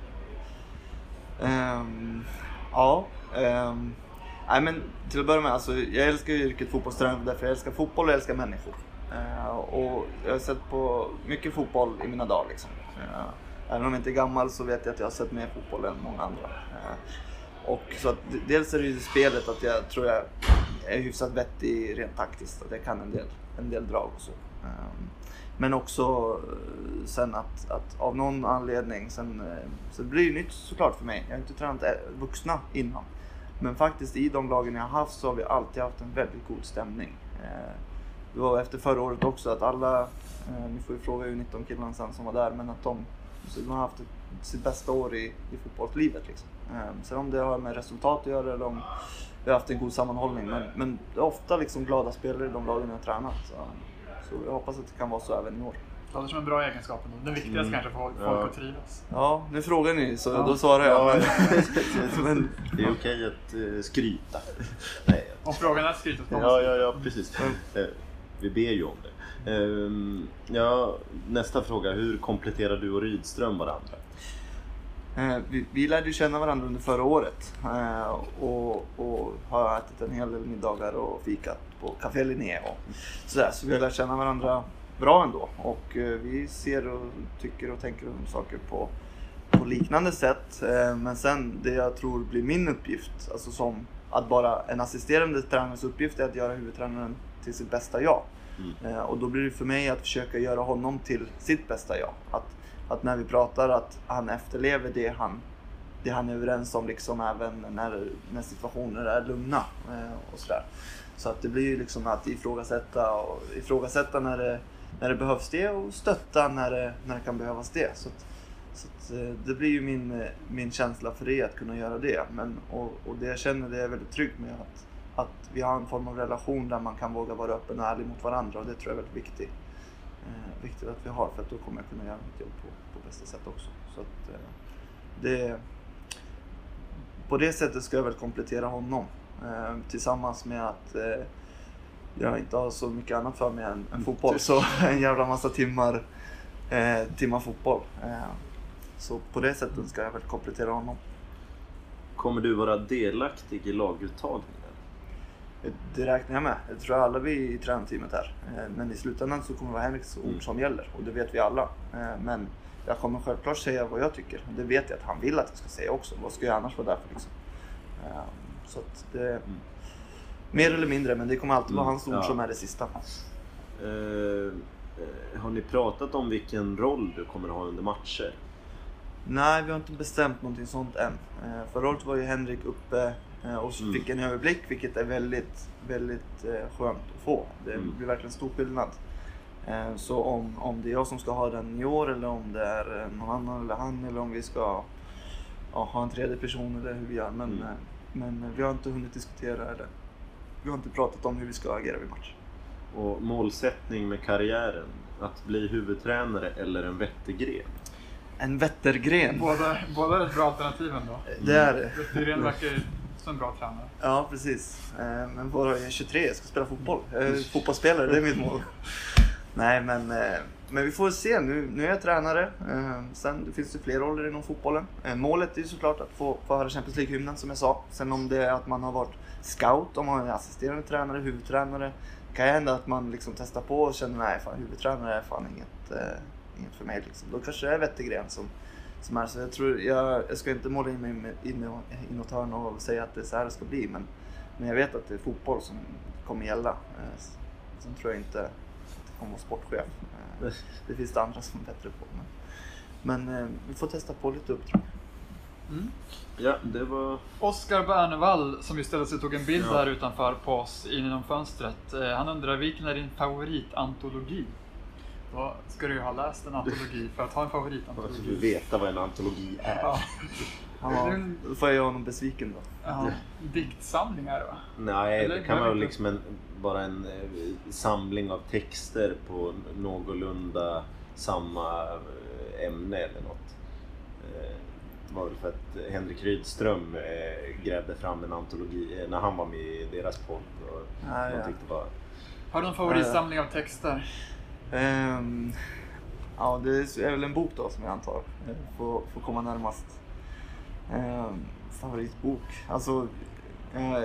Um, ja. Um, Nej, men till att börja med, alltså, jag älskar ju yrket fotbollstränare därför jag älskar fotboll och jag älskar människor. Uh, och jag har sett på mycket fotboll i mina dagar liksom. Uh, även om jag inte är gammal så vet jag att jag har sett mer fotboll än många andra. Uh, och så att, dels är det ju spelet att jag tror jag är hyfsat vettig rent taktiskt. Att jag kan en del, en del drag och så. Uh, men också uh, sen att, att av någon anledning sen, uh, så det blir det nytt såklart för mig. Jag har inte tränat vuxna innan. Men faktiskt i de lagen jag har haft så har vi alltid haft en väldigt god stämning. Eh, det var efter förra året också att alla, eh, ni får ju fråga U nitton killarna sen som var där, men att de, så de har haft ett, sitt bästa år i, i fotbollslivet. Liksom. Eh, sen om det har med resultat att göra eller om vi har haft en god sammanhållning. Men, men det är ofta liksom glada spelare i de lagen jag har tränat. Så, så jag hoppas att det kan vara så även i år. Det låter som en bra egenskap. Den viktigaste mm. kanske för folk ja. att trivas. Ja, nu frågar ni så ja. Då svarar jag. Ja, men, men det är okej att uh, skryta. Nej. Om frågan är skryta så ja, ja, ja, precis. Mm. Vi ber ju om det. Um, ja, nästa fråga. Hur kompletterar du och Rydström varandra? Uh, vi, vi lärde ju känna varandra under förra året. Uh, och, och har ätit en hel del middagar och fikat på Café Linné. Och sådär. Så vi har lärt känna varandra bra ändå och eh, vi ser och tycker och tänker om saker på, på liknande sätt eh, men sen det jag tror blir min uppgift, alltså som att bara en assisterande tränarens uppgift är att göra huvudtränaren till sitt bästa jag. Mm. Eh, och då blir det för mig att försöka göra honom till sitt bästa jag. Att, att när vi pratar att han efterlever det han, det han är överens om liksom även när, när situationer är lugna eh, och sådär. Så att det blir ju liksom att ifrågasätta och ifrågasätta när det när det behövs det och stötta när det, när det kan behövas det. Så, att, så att, det blir ju min, min känsla för det att kunna göra det. Men, och, och det jag känner det är jag väldigt trygg med att, att vi har en form av relation där man kan våga vara öppen och ärlig mot varandra och det tror jag är väldigt viktigt. Eh, viktigt att vi har för att då kommer jag kunna göra mitt jobb på, på bästa sätt också. Så att, eh, det, på det sättet ska jag väl komplettera honom eh, tillsammans med att eh, jag inte har så mycket annat för mig än, än fotboll. Så en jävla massa timmar, eh, timmar fotboll. Eh, så på det sättet ska jag väl komplettera honom. Kommer du vara delaktig i laguttagningen? Det räknar jag med. Jag tror alla vi i tränarteamet här. Eh, men i slutändan så kommer det vara Henriks ord mm. som gäller. Och det vet vi alla. Eh, men jag kommer självklart säga vad jag tycker. Det vet jag att han vill att jag ska säga också. Vad ska jag annars vara där för liksom? Eh, så att det... Mm. Mer eller mindre, men det kommer alltid vara hans ord ja. som är det sista. Eh, har ni pratat om vilken roll du kommer att ha under matcher? Nej, vi har inte bestämt någonting sånt än. Eh, förra året var ju Henrik uppe eh, och Mm. fick en överblick, vilket är väldigt, väldigt eh, skönt att få. Det Mm. blir verkligen stor skillnad. Eh, så om, om det är jag som ska ha den i år, eller om det är eh, någon annan eller han, eller om vi ska ja, ha en tredje person eller hur vi gör. Men, Mm. eh, men vi har inte hunnit diskutera det. Vi har inte pratat om hur vi ska agera vid match. Och målsättning med karriären? Att bli huvudtränare eller en Wettergren? En Wettergren. Båda, båda är ett bra alternativ ändå. Det är det. Wettergren verkar som en bra tränare. Ja, precis. Eh, Men bara jag är tjugotre, jag ska spela fotboll. Jag är fotbollsspelare, det är mitt mål. Nej, men, eh, men vi får se. Nu, nu är jag tränare. Eh, Sen det finns det fler roller inom fotbollen. Eh, Målet är ju såklart att få, få höra Champions League-hymnen, som jag sa. Sen om det är att man har varit scout, om man är assisterande tränare, huvudtränare. Kan ju hända att man liksom testar på och känner nej, fan, huvudtränare är fan inget, eh, inget för mig. Liksom. Då kanske det är Wettergren som, som är så. Jag, tror, jag, jag ska inte måla in mig med- in, i- i något hörn och säga att det är så här det ska bli. Men, men jag vet att det är fotboll som kommer gälla. Eh, Sen tror jag inte att det kommer vara sportchef. Eh, Det finns det andra som är bättre på. Men, men eh, vi får testa på lite uppdrag. Mm. Ja, det var... Oskar Bernevall, som ju ställde sig och tog en bild Ja. där utanför på oss in genom fönstret. Eh, Han undrar, vilken är din favoritantologi? Då ska du ju ha läst en antologi för att ha en Alltså, du favoritantologi. veta vad en antologi är. Ja. Ja, då får jag göra honom besviken då. Ja. Diktsamlingar va? Nej, Eller det kan vara inte. liksom en, bara en eh, samling av texter på någorlunda samma eh, ämne eller något. Eh, Det var väl för att Henrik Rydström eh, grävde fram en antologi eh, när han var med i deras podd. Och Ja, de ja. tyckte det var... Har du någon favoritsamling av texter? Ehm, ja, det är väl en bok då som jag antar eh, får, får komma närmast. Ehm, favoritbok? Alltså, eh,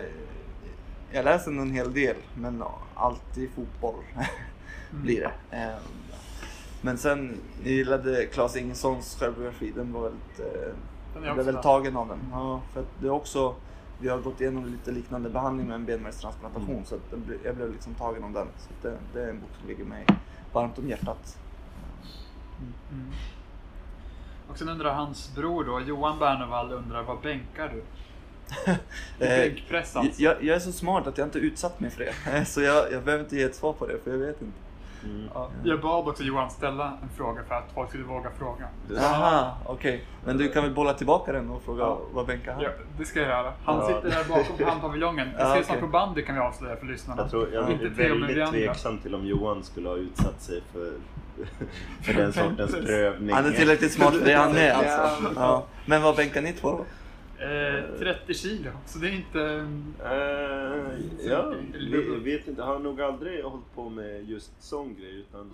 jag läser en hel del, men alltid fotboll blir det. Ehm, men sen, jag gillade Claes Ingessons självbiografi, den var väldigt, eh, Den är jag också blev väl där. tagen av den. Ja, för att det är också, vi har gått igenom lite liknande behandling med en benmärgstransplantation, Mm. så att den, ble- jag blev liksom tagen av den. Så att det, det är en bok som ligger mig varmt om hjärtat. Mm. Och sen undrar hans bror då, Johan Bernevall, undrar, vad bänkar du? I Eh, bänkpress alltså. jag, jag är så smart att jag inte utsatt mig för det, så jag, jag behöver inte ge ett svar på det, för jag vet inte. Mm. Ja, jag bad också Johan ställa en fråga för att folk skulle våga fråga. Aha, okej. Men du kan väl bolla tillbaka den och fråga Ja. vad bänkar han? Ja, det ska jag göra. Han Ja. sitter där bakom handpaviljongen. Vi Ja, ses okej. snart på bandy, kan vi avslöja för lyssnarna. Jag, tror, jag är Inte Theo, men vi väldigt andra. tveksam till om Johan skulle ha utsatt sig för, för den sortens prövning. Han är tillräckligt smart för det han är alltså. Ja. Ja. Men vad bänkar ni två då? Eh, trettio kilo, så det är inte... Eh, ja, vi, vet inte. Har nog aldrig hållit på med just sån grej, utan...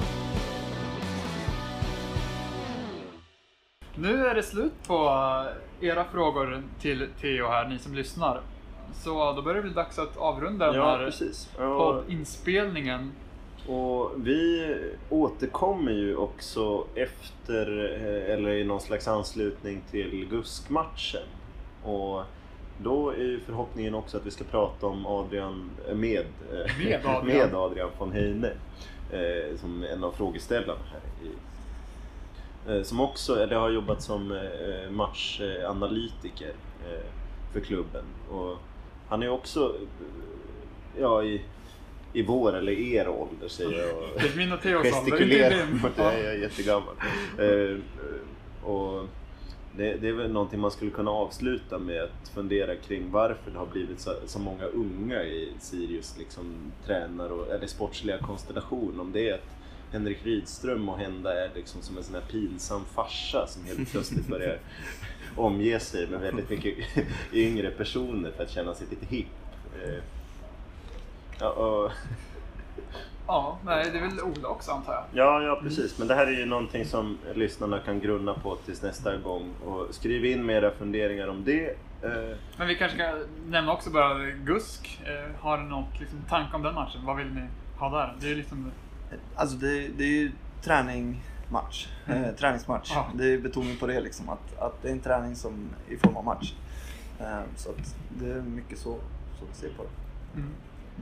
Nu är det slut på era frågor till Theo här, ni som lyssnar. Så då börjar det bli dags att avrunda den Ja, här precis. Ja, poddinspelningen. och vi återkommer ju också efter, eh, eller i någon slags anslutning till Gusk-matchen. Och då är ju förhoppningen också att vi ska prata om Adrian, eh, med, eh, Med Adrian. med Adrian von Heine, eh, som en av frågeställarna här i, eh, som också, eller har jobbat som eh, matchanalytiker eh, för klubben. Och han är också, eh, ja, i, i vår eller er ålder, säger jag. Och Det är min och Theos ålder, inte gestikulerar din. mot det, jag är jättegammal. Eh, och det, det är väl någonting man skulle kunna avsluta med att fundera kring varför det har blivit så, så många unga i Sirius liksom, tränar och, eller sportsliga konstellation. Om det är att Henrik Rydström och hända är liksom som en sån här pinsam farsa som helt plötsligt börjar omge sig med väldigt mycket yngre personer för att känna sig lite hipp. Eh, ja, och... Ja, nej, det är väl Ola också antar jag. Ja, ja, precis. Men det här är ju någonting som lyssnarna kan grunna på tills nästa gång. Och skriv in med era funderingar om det. Eh, Men vi kanske ska nämna också bara Gusk. Eh, har ni något liksom, tanke om den matchen? Vad vill ni ha där? Det är ju liksom... Alltså det, det är ju träning, match. Mm. Eh, träningsmatch. Ja. Det är betoning på det liksom, att, att det är en träning som i form av match. Eh, så att det är mycket så, så att se på det. Mm.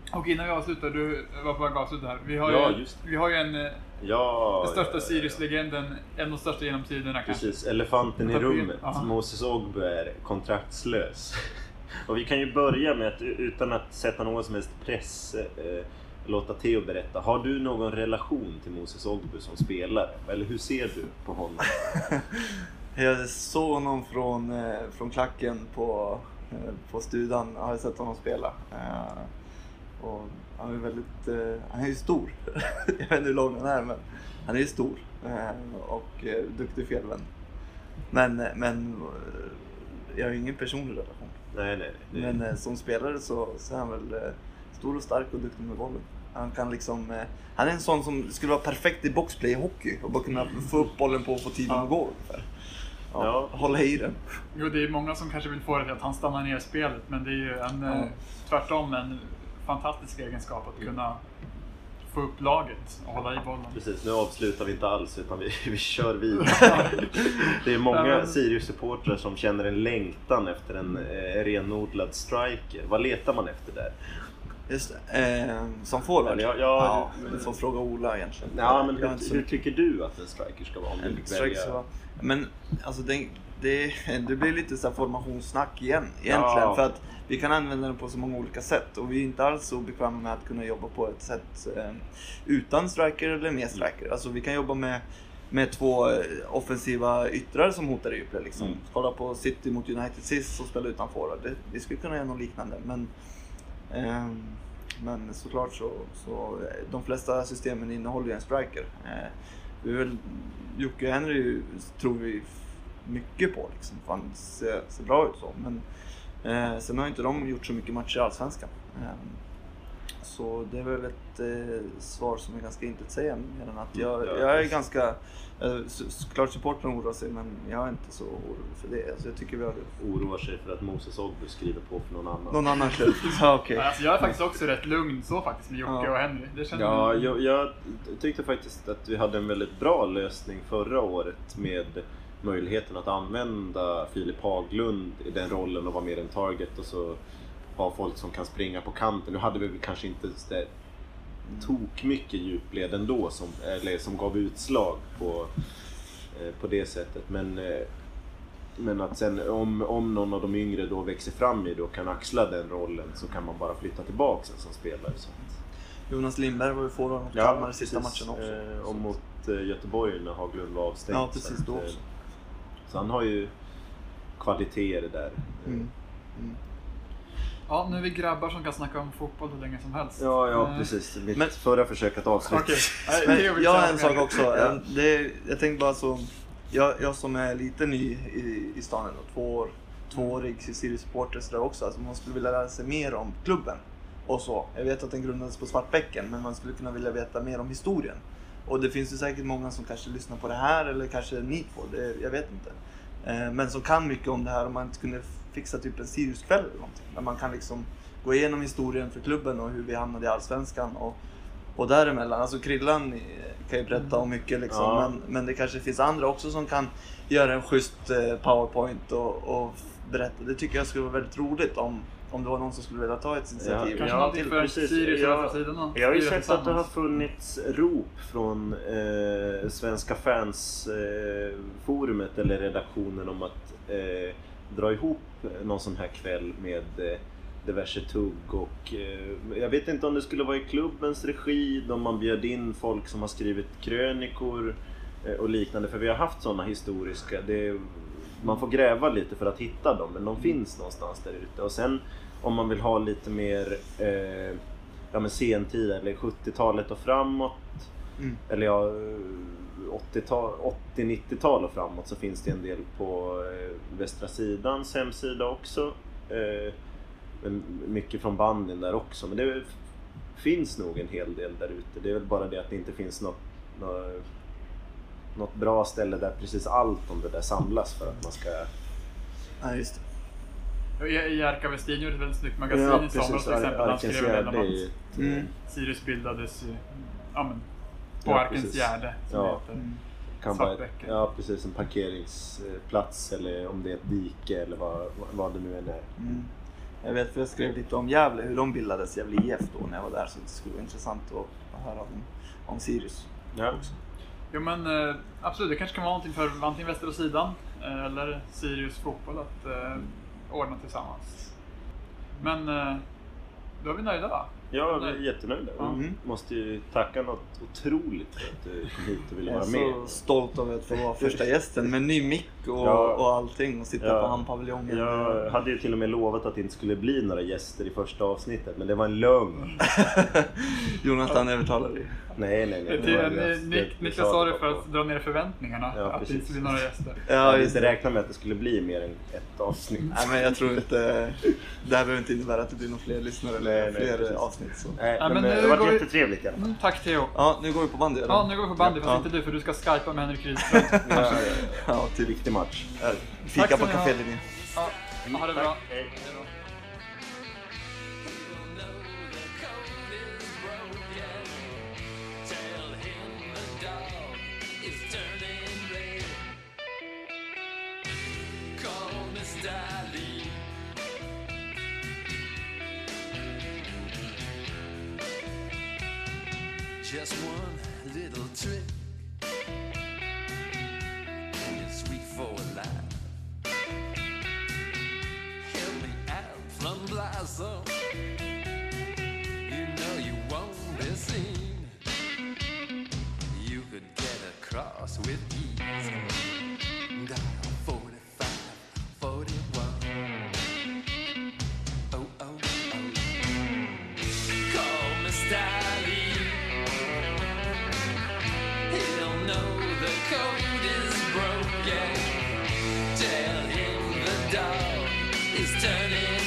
Och innan vi avslutar, du var på väg att avsluta här. Vi har Ja, ju, just det. vi har ju en, eh, Ja, den största ja, ja, Sirius-legenden, en av de största genom tiderna kanske. Precis, elefanten i Tapet. rummet. Aha. Moses Ogbu är kontraktslös. Och vi kan ju börja med att utan att sätta någon som helst press eh, låta Theo berätta. Har du någon relation till Moses Ogbu som spelare? Eller hur ser du på honom? Jag såg honom från, eh, från klacken på, eh, på studan. Jag har sett honom spela. Eh, och han är väldigt, eh, han är ju stor. Jag vet inte hur lång han är, men han är ju stor. Eh, och eh, duktig felvän. Men, men eh, jag har ju ingen personlig relation. Nej, nej, nej. Men eh, som spelare så, så är han väl eh, stor och stark och duktig med bollen. Han kan liksom, eh, han är en sån som skulle vara perfekt i boxplay i hockey och bara kunna få upp bollen på och få tiden att gå ungefär. Ja, Ja. hålla i den. Jo, det är många som kanske vill få det till att han stannar ner i spelet, men det är ju en, Ja. eh, tvärtom en fantastisk egenskap att kunna få upp laget och hålla i bollen. Precis, nu avslutar vi inte alls utan vi, vi kör vidare. Det är många Men- Sirius-supportrar som känner en längtan efter en eh, renodlad striker. Vad letar man efter där? Just det. Eh, som forward? Ja, ja, ja, du får fråga Ola egentligen. Ja, men Jag har inte så hur, hur mycket- tycker du att en striker ska vara? Om du En fick striker ska välja? vara- Men alltså det, det, det blir lite så här formationssnack igen egentligen, Ja. för att vi kan använda den på så många olika sätt och vi är inte alls så bekväma med att kunna jobba på ett sätt eh, utan striker eller med striker. Alltså vi kan jobba med, med två eh, offensiva yttrar som hotar i djupled liksom. Mm. Kolla på City mot United sist och spela utan forward. Det, vi skulle kunna göra något liknande, men ehm, men såklart så, så eh, de flesta systemen innehåller ju en striker. Eh, vi är väl, Jocke och Henry tror vi mycket på liksom, för han ser, ser bra ut så, men eh, sen har inte de gjort så mycket matcher i Allsvenskan. Eh, så det är väl ett eh, svar som är ganska intetsägande, mer än att jag, Ja, jag är precis. ganska eh, så- såklart supporten oroar sig, men jag är inte så orolig för det. Alltså, jag tycker vi har Oroar sig för att Moses Ogbu skriver på för någon annan. någon annan klubb. Ja, okej. Alltså, jag är faktiskt också rätt lugn så faktiskt med Jocke Ja. och Henry. Det känner Ja, jag. jag, jag tyckte faktiskt att vi hade en väldigt bra lösning förra året med möjligheten att använda Filip Haglund i den rollen och vara mer en target och så ha folk som kan springa på kanten. Nu hade vi väl kanske inte så där tok mycket djupled ändå som, eller som gav utslag på, eh, på det sättet, men eh, men att sen om, om någon av de yngre då växer fram i det och kan axla den rollen så kan man bara flytta tillbaka sen som spelare. Så att, Jonas Lindberg var ju forward mot Kalmar i sista matchen också. Eh, och mot eh, Göteborg när Haglund var avstängd. Ja, precis, så, att, då eh, också. så han har ju kvaliteter där. Mm. Mm. Ja, nu är vi grabbar som kan snacka om fotboll hur länge som helst. Ja, ja Eh, precis. Mitt Men- förra försök att avsluta. Okej. Nej, Men det vill jag har säga en sak mer. också. Ja. Det, jag tänkte bara så. Jag, jag som är lite ny i, i stan och två år, tvåårig Sirius-supporter så där också. Alltså man skulle vilja lära sig mer om klubben och så. Jag vet att den grundades på Svartbäcken, men man skulle kunna vilja veta mer om historien. Och det finns ju säkert många som kanske lyssnar på det här eller kanske ni två, det, jag vet inte. Eh, men som kan mycket om det här, om man inte kunde fixa typ en Sirius-kväll eller någonting. Där man kan liksom gå igenom historien för klubben och hur vi hamnade i Allsvenskan och Och däremellan, alltså Krillan eh, kan ju berätta om mycket liksom, Ja. men, men det kanske finns andra också som kan göra en schysst eh, powerpoint och, och berätta. Det tycker jag skulle vara väldigt roligt om, om det var någon som skulle vilja ta ett initiativ. Kanske Ja, någonting för precis. Sirius Jag- och sidorna. Jag har ju Styra sett att det har tillsammans. funnits rop från eh, Svenska fans eh, forumet eller redaktionen om att eh, dra ihop någon sån här kväll med eh, diverse tugg och eh, jag vet inte om det skulle vara i klubbens regi, om man bjöd in folk som har skrivit krönikor eh, och liknande, för vi har haft sådana historiska, det, man får gräva lite för att hitta dem, men de finns någonstans där ute. Och sen om man vill ha lite mer eh, ja, men sentid eller sjuttiotalet och framåt, Mm. eller ja, åttio-nittiotal och framåt, så finns det en del på eh, Västra Sidans hemsida också. Eh, men mycket från banden där också, men det finns nog en hel del där ute. Det är väl bara det att det inte finns något, något, något bra ställe där precis allt om det där samlas för att man ska... Ja, just det. I Jerka Westin gjorde ett väldigt snyggt magasin Ja, i somras till Ar- exempel. Han Arkens skrev väl Gärde om är ju att ett, Mm. Sirius bildades i, ja, men, på Ja, Arkens precis. Gärde som Ja. heter. Mm. kan vara ett, Svartbäcken. ja, precis, en parkeringsplats eller om det är ett dike eller vad, vad det nu än är. Mm. Jag vet för jag skrev lite om Gävle, hur de bildades, Gävle I F då när jag var där, så det skulle vara intressant att höra om, om Sirius. Ja. Också. Jo men eh, absolut, det kanske kan vara någonting för antingen Västerås sidan eh, eller Sirius fotboll att eh, ordna tillsammans. Men eh, då är vi nöjda va? Ja, vi är jättenöjda. Mm. Måste ju tacka något otroligt för att du kom hit och ville Jag är vara med. så stolt över att få vara första gästen med ny mick och, Ja. och allting och sitta Ja. på hamnpaviljongen. Jag hade ju till och med lovat att det inte skulle bli några gäster i första avsnittet, men det var en lögn. Jonathan övertalade dig. Nej, nej, nej. Till, det var- eh, jag- Nick, jag Niklas sa sa det det för bara att dra ner förväntningarna Ja, att det precis. inte blir några gäster. Jag Ja, hade just inte det. räknat med att det skulle bli mer än ett avsnitt. Nej, men jag tror inte det här behöver inte innebära att det blir några fler lyssnare eller Nej, nej, fler precis. avsnitt. Så. Nej, Ja, men, men eh, nu det var går vi- jättetrevligt i alla fall. Mm, tack Theo. Ja, nu går vi på bandy eller? Ja, nu går vi på bandy, fast Ja. inte du för du ska skypa med Henrik Rydström. Ja, ja, ja. Ja, till Viktig match. fika Tack på ska ni ha. kafélinjen. Ja, ha det bra. Tack, hej. Hej då. Just one little trick, and it's sweet for life. Help me out from Blossom. You know you won't be seen. You could get across with ease. Dial forty-five forty-one. Oh, oh, oh. Call me Stylie. He'll know the code is broken. Tell him the dog is turning